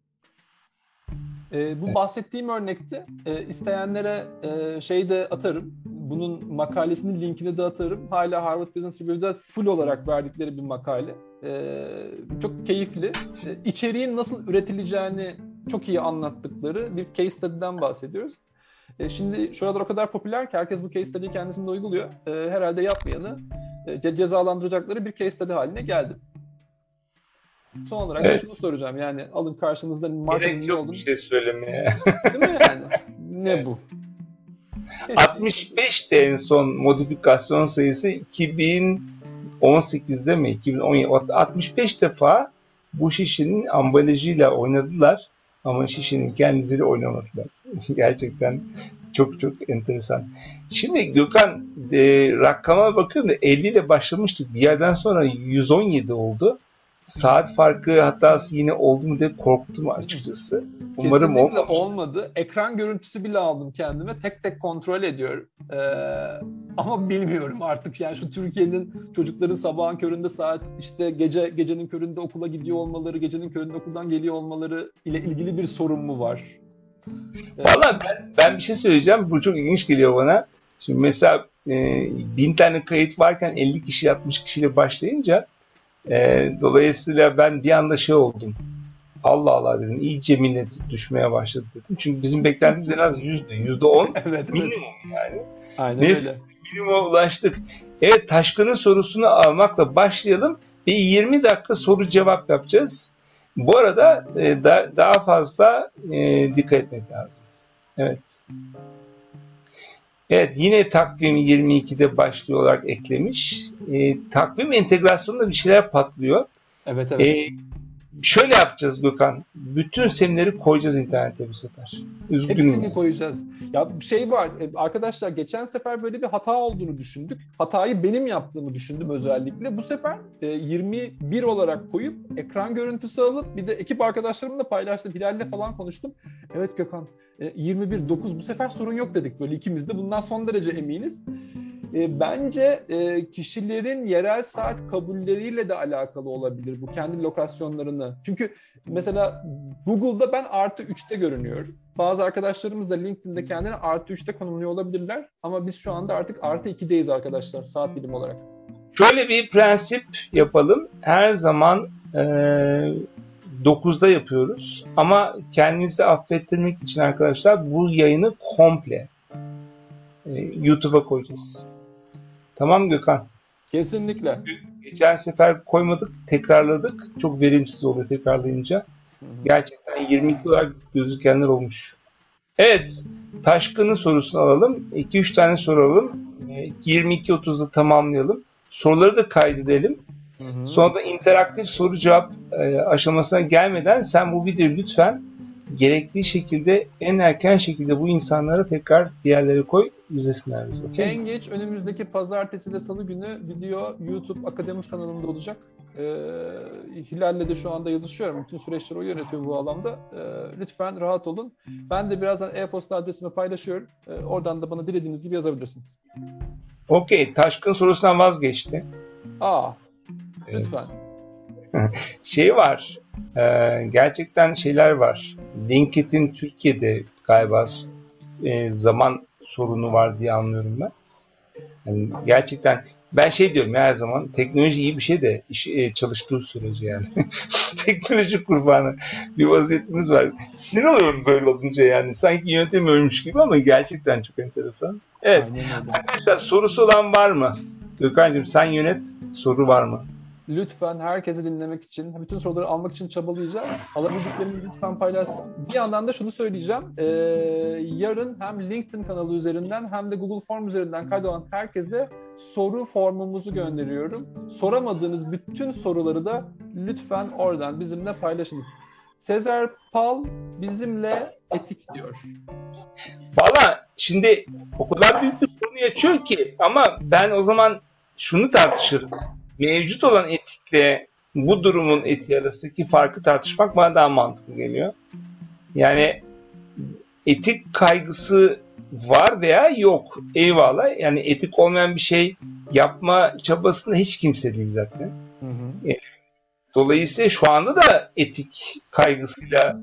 Bu bahsettiğim örnekte isteyenlere şey de atarım. Bunun makalesinin linkini de atarım. Hala Harvard Business Review'da full olarak verdikleri bir makale. Çok keyifli. İçeriğin nasıl üretileceğini çok iyi anlattıkları bir case study'den bahsediyoruz. Şimdi şuralar o kadar popüler ki herkes bu case study'yi kendisinde uyguluyor. Herhalde yapmayanı cezalandıracakları bir case study haline geldi. Son olarak şunu soracağım. Yani alın karşınızda markanın ne olduğunu. Bir şey söylemeye. Değil mi yani? Ne bu? 65'te en son modifikasyon sayısı 2018'de mi? 2017. 65 defa bu şişenin ambalajıyla oynadılar ama şişenin kendisiyle oynamadılar. Gerçekten çok çok enteresan. Şimdi Gökhan rakama bakıyorum da 50 ile başlamıştık. Bir yerden sonra 117 oldu. Saat farkı hatası yine oldu mu diye korktum açıkçası. Umarım kesinlikle olmadı. Ekran görüntüsü bile aldım kendime. Tek tek kontrol ediyorum. Ama bilmiyorum artık. Yani şu Türkiye'nin çocukların sabahın köründe saat işte gecenin köründe okula gidiyor olmaları, gecenin köründe okuldan geliyor olmaları ile ilgili bir sorun mu var? Valla ben bir şey söyleyeceğim. Bu çok ilginç geliyor bana. Şimdi mesela 1000 tane kayıt varken 50 kişi 60 kişiyle başlayınca dolayısıyla ben bir anda şey oldum. Allah Allah dedim. İyice millet düşmeye başladı dedim. Çünkü bizim beklentimiz en az %10 evet, minimum yani. Aynen neyse, öyle. Minimuma ulaştık. Evet, Taşkın'ın sorusunu almakla başlayalım. Bir 20 dakika soru cevap yapacağız. Bu arada daha fazla dikkat etmek lazım. Evet. Evet, yine takvim 22'de başlıyor olarak eklemiş. Takvim entegrasyonunda bir şeyler patlıyor. Evet. Şöyle yapacağız Gökhan. Bütün semineri koyacağız internete bu sefer. Üzgünüm. Hepsini koyacağız. Ya şey var arkadaşlar, geçen sefer böyle bir hata olduğunu düşündük. Hatayı benim yaptığımı düşündüm özellikle. Bu sefer 21 olarak koyup ekran görüntüsü alıp bir de ekip arkadaşlarımla paylaştım. Hilal'le falan konuştum. Evet Gökhan 21-9 bu sefer sorun yok dedik böyle ikimiz de. Bundan son derece eminiz. Bence kişilerin yerel saat kabulleriyle de alakalı olabilir bu, kendi lokasyonlarını. Çünkü mesela Google'da ben +3'te görünüyorum. Bazı arkadaşlarımız da LinkedIn'de kendini +3'te konumluyor olabilirler. Ama biz şu anda artık +2'deyiz arkadaşlar saat dilim olarak. Şöyle bir prensip yapalım. Her zaman 9'da yapıyoruz. Ama kendinizi affettirmek için arkadaşlar bu yayını komple YouTube'a koyacağız. Tamam Gökhan? Kesinlikle. Geçen sefer koymadık, tekrarladık. Çok verimsiz oluyor tekrarlayınca. Gerçekten 22 olarak gözükenler olmuş. Evet, Taşkın'ın sorusunu alalım. 2-3 tane soru alalım. 22.30'da tamamlayalım. Soruları da kaydedelim. Sonra da interaktif soru cevap aşamasına gelmeden sen bu videoyu lütfen gerektiği şekilde, en erken şekilde bu insanlara tekrar bir yerlere koy, izlesinler bizi. Okay? En geç önümüzdeki pazartesi ve salı günü video YouTube Akademus kanalında olacak. Hilal'le de şu anda yazışıyorum. Bütün süreçleri o yönetiyor bu alanda. Lütfen rahat olun. Ben de birazdan e-posta adresimi paylaşıyorum. Oradan da bana dilediğiniz gibi yazabilirsiniz. Okey. Taşkın sorusundan vazgeçti. Lütfen. Şey var. Gerçekten şeyler var. LinkedIn Türkiye'de galiba zaman sorunu var diye anlıyorum ben. Yani gerçekten ben şey diyorum ya, her zaman teknoloji iyi bir şey de çalıştığı sürece yani. Teknoloji kurbanı bir vaziyetimiz var. Sinir oluyorum böyle olunca yani. Sanki yönetemiyormuş gibi ama gerçekten çok enteresan. Evet. Arkadaşlar, sorusu olan var mı? Gökhan'cığım sen yönet. Soru var mı? Lütfen herkesi dinlemek için, bütün soruları almak için çabalayacağım. Alabildiklerimi lütfen paylaşsın. Bir yandan da şunu söyleyeceğim. Yarın hem LinkedIn kanalı üzerinden hem de Google Form üzerinden kaydolan herkese soru formumuzu gönderiyorum. Soramadığınız bütün soruları da lütfen oradan bizimle paylaşınız. Sezer Pal bizimle etik diyor. Valla şimdi o kadar büyük bir konuyu açıyor ki, ama ben o zaman şunu tartışırım. Mevcut olan etikle bu durumun etiği arasındaki farkı tartışmak bana daha mantıklı geliyor. Yani etik kaygısı var veya yok. Eyvallah. Yani etik olmayan bir şey yapma çabasında hiç kimse değil zaten. Dolayısıyla şu anda da etik kaygısıyla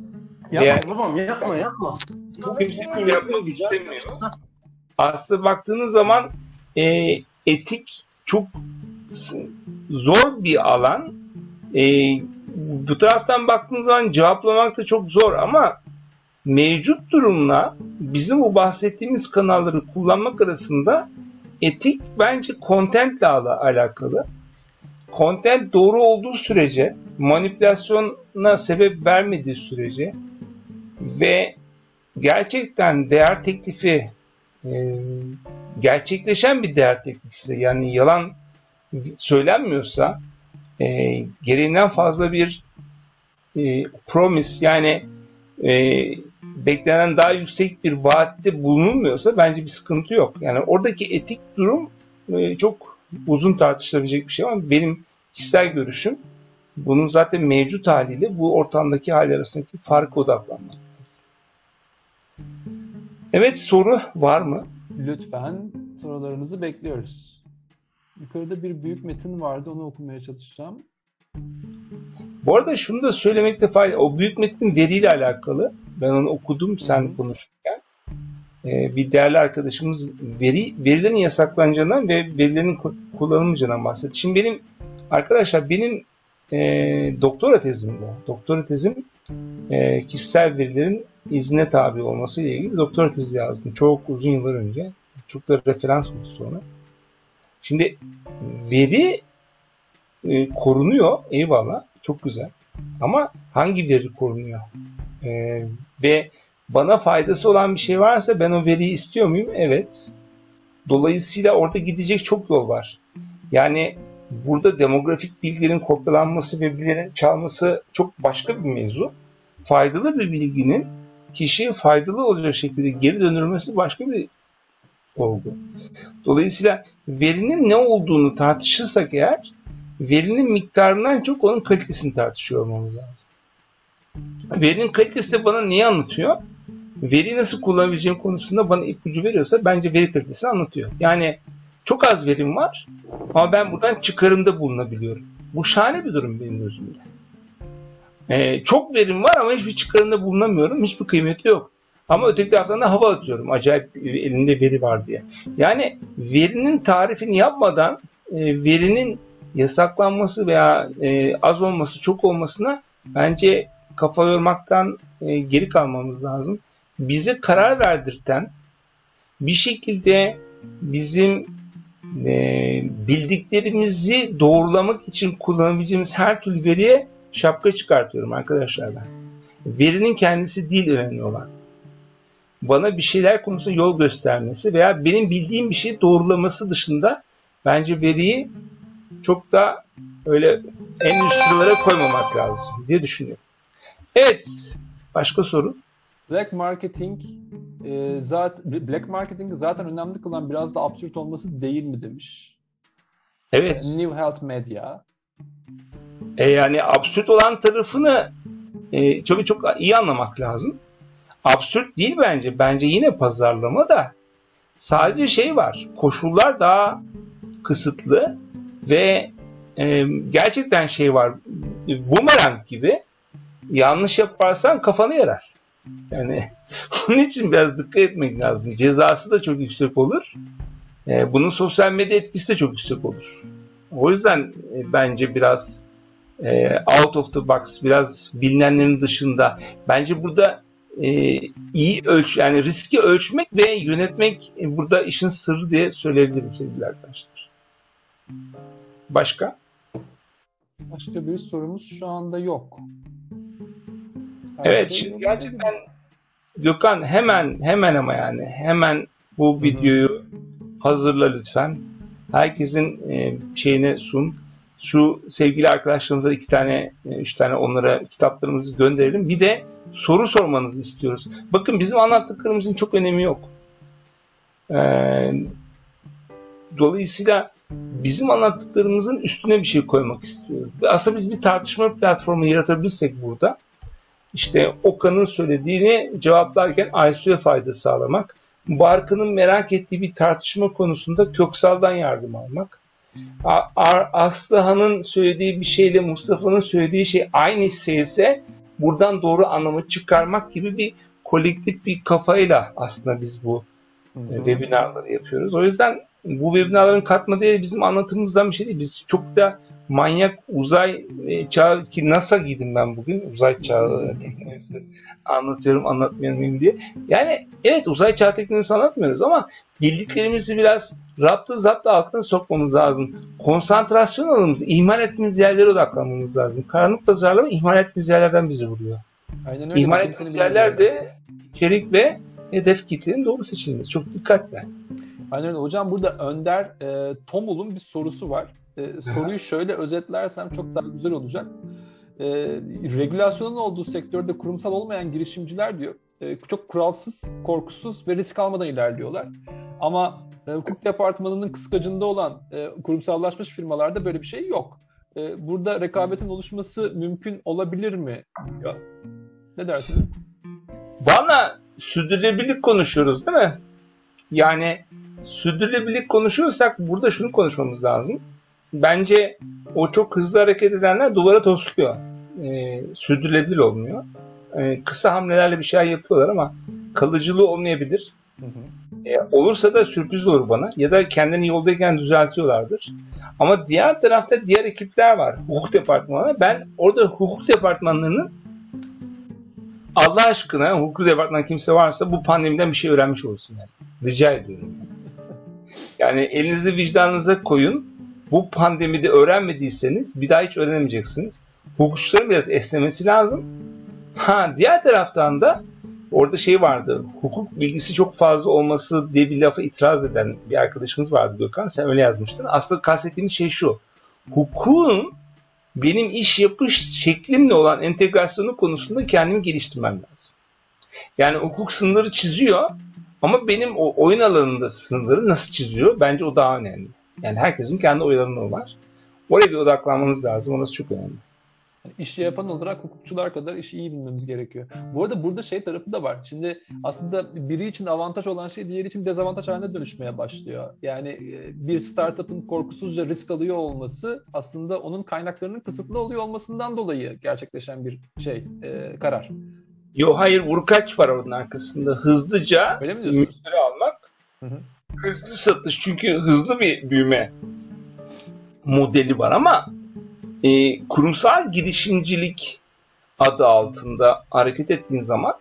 yapma. kimse yapmak istemiyor. Aslında baktığınız zaman etik çok zor bir alan. Bu taraftan baktığınız zaman cevaplamak da çok zor, ama mevcut durumla bizim bu bahsettiğimiz kanalları kullanmak arasında etik bence contentle alakalı. Content doğru olduğu sürece, manipülasyona sebep vermediği sürece ve gerçekten değer teklifi gerçekleşen bir değer teklifi, yani yalan söylenmiyorsa, gereğinden fazla bir promise, yani beklenen daha yüksek bir vaatte bulunulmuyorsa bence bir sıkıntı yok. Yani oradaki etik durum çok uzun tartışılabilecek bir şey, ama benim kişisel görüşüm bunun zaten mevcut haliyle bu ortamdaki hali arasındaki farka odaklanmak. Evet, soru var mı? Lütfen sorularınızı bekliyoruz. Yukarıda bir büyük metin vardı, onu okumaya çalışacağım. Bu arada şunu da söylemekte fayda. O büyük metnin veriyle alakalı. Ben onu okudum sen konuşurken. Bir değerli arkadaşımız verilerin yasaklanacağından ve verilerin kullanılmayacağından bahsetti. Şimdi benim doktora tezim bu. Doktora tezim kişisel verilerin izne tabi olması ile ilgili doktora tezi yazdım. Çok uzun yıllar önce. Çok da referans oldu sonra. Şimdi veri korunuyor. Eyvallah. Çok güzel. Ama hangi veri korunuyor? Ve bana faydası olan bir şey varsa ben o veriyi istiyor muyum? Evet. Dolayısıyla orada gidecek çok yol var. Yani burada demografik bilgilerin kopyalanması ve bilgilerin çalması çok başka bir mevzu. Faydalı bir bilginin kişiye faydalı olacak şekilde geri döndürülmesi başka bir olgu. Dolayısıyla verinin ne olduğunu tartışırsak eğer, verinin miktarından çok onun kalitesini tartışıyor olmamız lazım. Verinin kalitesi de bana neyi anlatıyor? Veriyi nasıl kullanabileceğim konusunda bana ipucu veriyorsa bence veri kalitesini anlatıyor. Yani çok az verim var ama ben buradan çıkarımda bulunabiliyorum. Bu şahane bir durum benim gözümde. Çok verim var ama hiçbir çıkarımda bulunamıyorum. Hiçbir kıymeti yok. Ama öteki taraftan da hava atıyorum. Acayip elinde veri var diye. Yani verinin tarifini yapmadan verinin yasaklanması veya az olması, çok olmasına bence kafa yormaktan geri kalmamız lazım. Bize karar verdirten, bir şekilde bizim bildiklerimizi doğrulamak için kullanabileceğimiz her türlü veriye şapka çıkartıyorum arkadaşlar ben. Verinin kendisi değil önemli olan. Bana bir şeyler konusunda yol göstermesi veya benim bildiğim bir şeyi doğrulaması dışında bence veriyi çok da öyle en üst sıralara koymamak lazım diye düşünüyorum. Evet, başka soru? Black marketing'i zaten önemli kılan biraz da absürt olması değil mi demiş. Evet. New Health Media. Yani absürt olan tarafını çok çok iyi anlamak lazım. Absürt değil bence. Bence yine pazarlama da sadece şey var. Koşullar daha kısıtlı ve gerçekten şey var. Bumerang gibi yanlış yaparsan kafanı yarar. Yani onun için biraz dikkat etmek lazım. Cezası da çok yüksek olur. Bunun sosyal medya etkisi de çok yüksek olur. O yüzden bence biraz out of the box, biraz bilinenlerin dışında. Bence burada iyi yani riski ölçmek ve yönetmek burada işin sırrı diye söyleyebilirim sevgili arkadaşlar. Başka? Başka bir sorumuz şu anda yok. Evet, şimdi gerçekten Gökhan hemen ama yani hemen bu videoyu hazırla lütfen. Herkesin şeyine sun. Şu sevgili arkadaşlarımıza 2 tane, 3 tane onlara kitaplarımızı gönderelim. Bir de soru sormanızı istiyoruz. Bakın bizim anlattıklarımızın çok önemi yok. Dolayısıyla bizim anlattıklarımızın üstüne bir şey koymak istiyoruz. Aslında biz bir tartışma platformu yaratabilirsek burada, işte Okan'ın söylediğini cevaplarken Aysu'ya fayda sağlamak, Barkın'ın merak ettiği bir tartışma konusunda Köksal'dan yardım almak, Aslıhan'ın söylediği bir şeyle Mustafa'nın söylediği şey aynı ise buradan doğru anlamı çıkarmak gibi bir kolektif bir kafayla aslında biz bu webinarları yapıyoruz. O yüzden bu webinarların katmadığı bizim anlatımımızdan bir şey değil. Biz çok da manyak uzay çağı ki NASA giydim ben bugün. Uzay çağı teknolojisi anlatıyorum, anlatmıyorum diye. Yani evet, uzay çağı teknolojisi anlatmıyoruz ama bildiklerimizi biraz zaptı altına sokmamız lazım. Konsantrasyon alanımızı, ihmal ettiğimiz yerlere odaklanmamız lazım. Karanlık pazarlama ihmal ettiğimiz yerlerden bizi vuruyor. Aynen öyle. İhmal ettiğimiz yerler de içerik ve hedef kitlenin doğru seçilmesi. Çok dikkat yani. Aynen öyle. Hocam burada Önder Tomul'un bir sorusu var. Soruyu şöyle özetlersem çok daha güzel olacak. Regülasyonun olduğu sektörde kurumsal olmayan girişimciler diyor çok kuralsız, korkusuz ve risk almadan ilerliyorlar. Ama hukuk departmanının kıskacında olan kurumsallaşmış firmalarda böyle bir şey yok. Burada rekabetin oluşması mümkün olabilir mi? Ya, ne dersiniz? Bana sürdürülebilirlik konuşuyoruz değil mi? Yani sürdürülebilirlik konuşuyorsak burada şunu konuşmamız lazım. Bence o çok hızlı hareket edenler duvara tosluyor. Sürdürülebilir olmuyor. Kısa hamlelerle bir şey yapıyorlar ama kalıcılığı olmayabilir. Olursa da sürpriz olur bana. Ya da kendini yoldayken düzeltiyorlardır. Ama diğer tarafta diğer ekipler var. Hukuk departmanı. Ben orada hukuk departmanlarının Allah aşkına hukuk departmanı kimse varsa bu pandemiden bir şey öğrenmiş olsun yani. Rica ediyorum. Yani elinizi vicdanınıza koyun. Bu pandemide öğrenmediyseniz bir daha hiç öğrenemeyeceksiniz. Hukukçuların biraz esnemesi lazım. Diğer taraftan da orada şey vardı. Hukuk bilgisi çok fazla olması diye bir lafa itiraz eden bir arkadaşımız vardı Gökhan. Sen öyle yazmıştın. Aslında kastettiğimiz şey şu. Hukukun benim iş yapış şeklimle olan entegrasyonu konusunda kendimi geliştirmem lazım. Yani hukuk sınırları çiziyor ama benim o oyun alanında sınırları nasıl çiziyor? Bence o daha önemli. Yani herkesin kendi oyun alanı var. Oraya bir odaklanmanız lazım. Orası çok önemli. İşi yapan olarak hukukçular kadar işi iyi bilmemiz gerekiyor. Bu arada burada şey tarafı da var. Şimdi aslında biri için avantaj olan şey diğeri için dezavantaj haline dönüşmeye başlıyor. Yani bir startup'ın korkusuzca risk alıyor olması aslında onun kaynaklarının kısıtlı oluyor olmasından dolayı gerçekleşen bir karar. Hayır, vurkaç var onun arkasında. Hızlıca müşteri almak, hızlı satış. Çünkü hızlı bir büyüme modeli var ama kurumsal girişimcilik adı altında hareket ettiğin zaman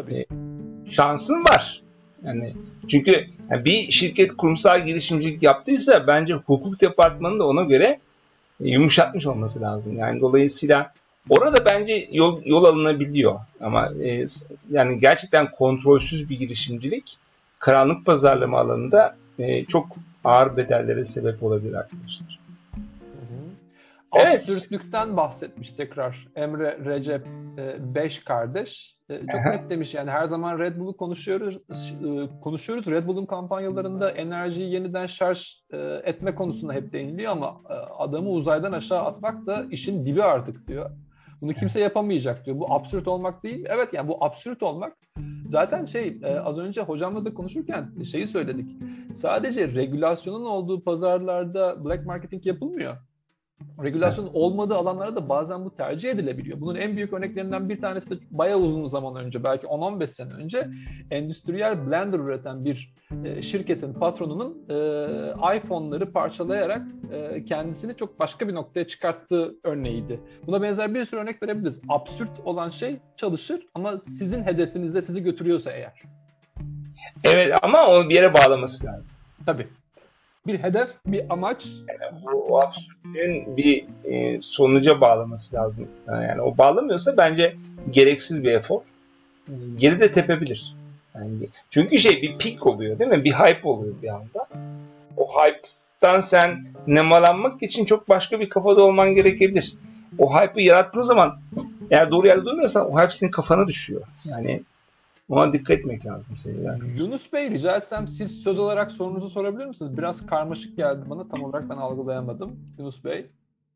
şansın var. Yani çünkü bir şirket kurumsal girişimcilik yaptıysa bence hukuk departmanı da ona göre yumuşatmış olması lazım. Yani dolayısıyla orada bence yol alınabiliyor. Ama yani gerçekten kontrolsüz bir girişimcilik karanlık pazarlama alanında çok ağır bedellere sebep olabilir arkadaşlar. absürtlükten bahsetmiş tekrar Emre Recep 5 kardeş. Çok net demiş yani her zaman Red Bull'u konuşuyoruz. Red Bull'un kampanyalarında enerjiyi yeniden şarj etme konusunda hep değiniliyor ama adamı uzaydan aşağı atmak da işin dibi artık diyor. Bunu kimse yapamayacak diyor. Bu absürt olmak değil. Evet yani bu absürt olmak. Zaten az önce hocamla da konuşurken şeyi söyledik. Sadece regülasyonun olduğu pazarlarda black marketing yapılmıyor. Regülasyon olmadığı alanlarda da bazen bu tercih edilebiliyor. Bunun en büyük örneklerinden bir tanesi de bayağı uzun zaman önce, belki 10-15 sene önce endüstriyel blender üreten bir şirketin patronunun iPhone'ları parçalayarak kendisini çok başka bir noktaya çıkarttığı örneğiydi. Buna benzer bir sürü örnek verebiliriz. Absürt olan şey çalışır ama sizin hedefinize sizi götürüyorsa eğer. Evet ama onu bir yere bağlaması lazım. Tabii. Bir hedef, bir amaç. Yani o absürtlüğün bir sonuca bağlaması lazım. Yani o bağlamıyorsa bence gereksiz bir efor. Geri de tepebilir. Yani çünkü bir peak oluyor değil mi? Bir hype oluyor bir anda. O hype'tan sen nemalanmak için çok başka bir kafada olman gerekebilir. O hype'ı yarattığın zaman eğer doğru yerde durmuyorsan o hype senin kafana düşüyor. Yani ona dikkat etmek lazım senin. Yani. Yunus Bey rica etsem siz söz olarak sorunuzu sorabilir misiniz? Biraz karmaşık geldi bana. Tam olarak ben algılayamadım. Yunus Bey.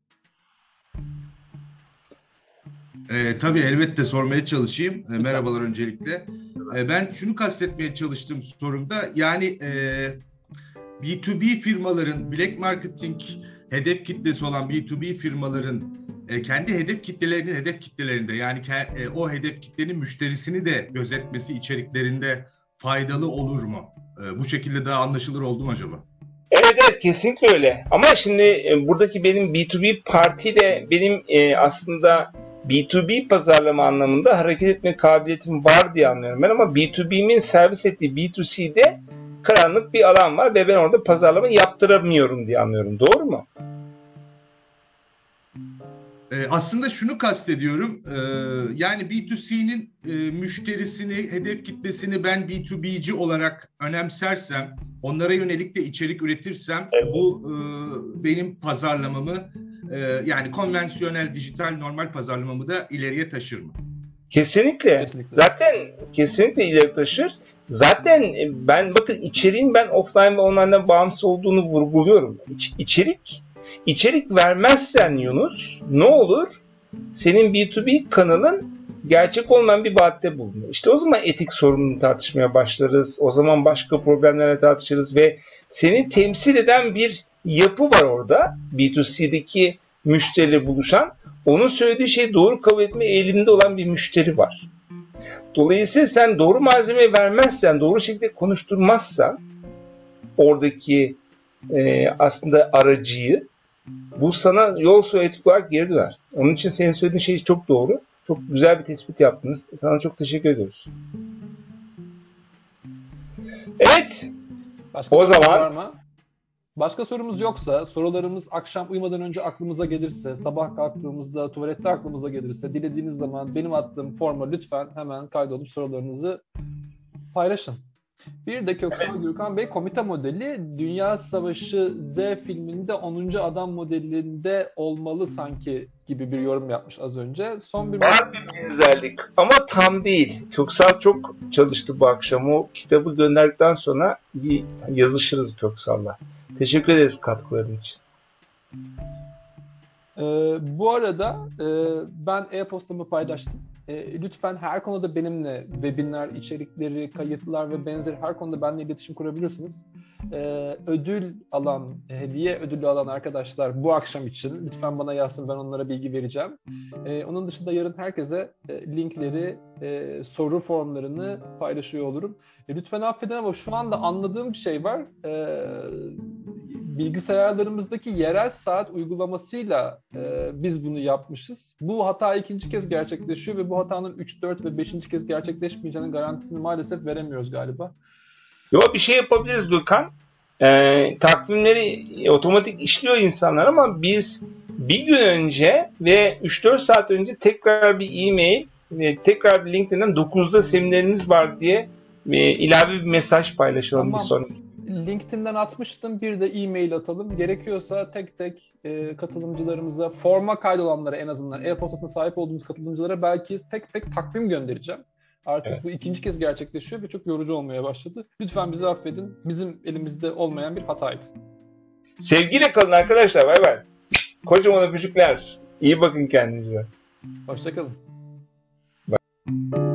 Tabii elbette sormaya çalışayım. Merhabalar öncelikle. Ben şunu kastetmeye çalıştım sorumda. Yani B2B firmaların, black marketing hedef kitlesi olan B2B firmaların kendi hedef kitlelerinde yani o hedef kitlenin müşterisini de gözetmesi içeriklerinde faydalı olur mu? Bu şekilde daha anlaşılır oldu mu acaba? Evet kesinlikle öyle. Ama şimdi buradaki benim B2B partiyle benim aslında B2B pazarlama anlamında hareket etme kabiliyetim var diye anlıyorum ben ama B2B'min servis ettiği B2C'de karanlık bir alan var ve ben orada pazarlama yaptıramıyorum diye anlıyorum. Doğru mu? Aslında şunu kastediyorum, yani B2C'nin müşterisini, hedef kitlesini ben B2B'ci olarak önemsersem, onlara yönelik de içerik üretirsem bu benim pazarlamamı yani konvansiyonel, dijital, normal pazarlamamı da ileriye taşır mı? Kesinlikle. Zaten kesinlikle ileri taşır. Zaten ben bakın içeriğin ben offline ve online'dan bağımsız olduğunu vurguluyorum. İçerik vermezsen Yunus ne olur? Senin B2B kanalın gerçek olmayan bir vaatte bulunuyor. İşte o zaman etik sorununu tartışmaya başlarız. O zaman başka problemlerle tartışırız ve seni temsil eden bir yapı var orada. B2C'deki müşteriyle buluşan. Onun söylediği şeyi doğru kabul etme eğiliminde olan bir müşteri var. Dolayısıyla sen doğru malzemeyi vermezsen, doğru şekilde konuşturmazsan oradaki aslında aracıyı bu sana yol soy etik olarak geri döner. Onun için senin söylediğin şey çok doğru. Çok güzel bir tespit yaptınız. Sana çok teşekkür ediyoruz. Evet. O zaman başka sorumuz yoksa, sorularımız akşam uyumadan önce aklımıza gelirse, sabah kalktığımızda, tuvalette aklımıza gelirse, dilediğiniz zaman benim attığım forma lütfen hemen kaydolup sorularınızı paylaşın. Bir de Köksal Gürkan Bey, komite modeli Dünya Savaşı Z filminde 10. adam modelinde olmalı sanki gibi bir yorum yapmış az önce. Var bir benzerlik ama tam değil. Köksal çok çalıştı bu akşam. O kitabı gönderdikten sonra bir yazışırız Köksal'la. Teşekkür ederiz katkıların için. Bu arada ben e-postamı paylaştım. Lütfen her konuda benimle webinar içerikleri, kayıtlar ve benzeri her konuda benimle iletişim kurabilirsiniz. Ödül alan, hediye ödülü alan arkadaşlar bu akşam için lütfen bana yazsın, ben onlara bilgi vereceğim. Onun dışında yarın herkese linkleri, soru formlarını paylaşıyor olurum. Lütfen affedin ama şu anda anladığım bir şey var. Bilgisayarlarımızdaki yerel saat uygulamasıyla biz bunu yapmışız. Bu hata ikinci kez gerçekleşiyor ve bu hatanın 3, 4 ve 5. kez gerçekleşmeyeceğinin garantisini maalesef veremiyoruz galiba. Yok bir şey yapabiliriz Gürkan. Takvimleri otomatik işliyor insanlar ama biz bir gün önce ve 3-4 saat önce tekrar bir e-mail ve tekrar bir LinkedIn'den 9'da seminerimiz var diye ilave bir mesaj paylaşalım bir sonraki. LinkedIn'den atmıştım. Bir de e-mail atalım. Gerekiyorsa tek tek katılımcılarımıza, forma kaydolanlara en azından e-postasına sahip olduğumuz katılımcılara belki tek tek takvim göndereceğim. Artık bu ikinci kez gerçekleşiyor ve çok yorucu olmaya başladı. Lütfen bizi affedin. Bizim elimizde olmayan bir hataydı. Sevgiyle kalın arkadaşlar. Bay bay. Kocaman öpücükler. İyi bakın kendinize. Hoşça kalın. Bye.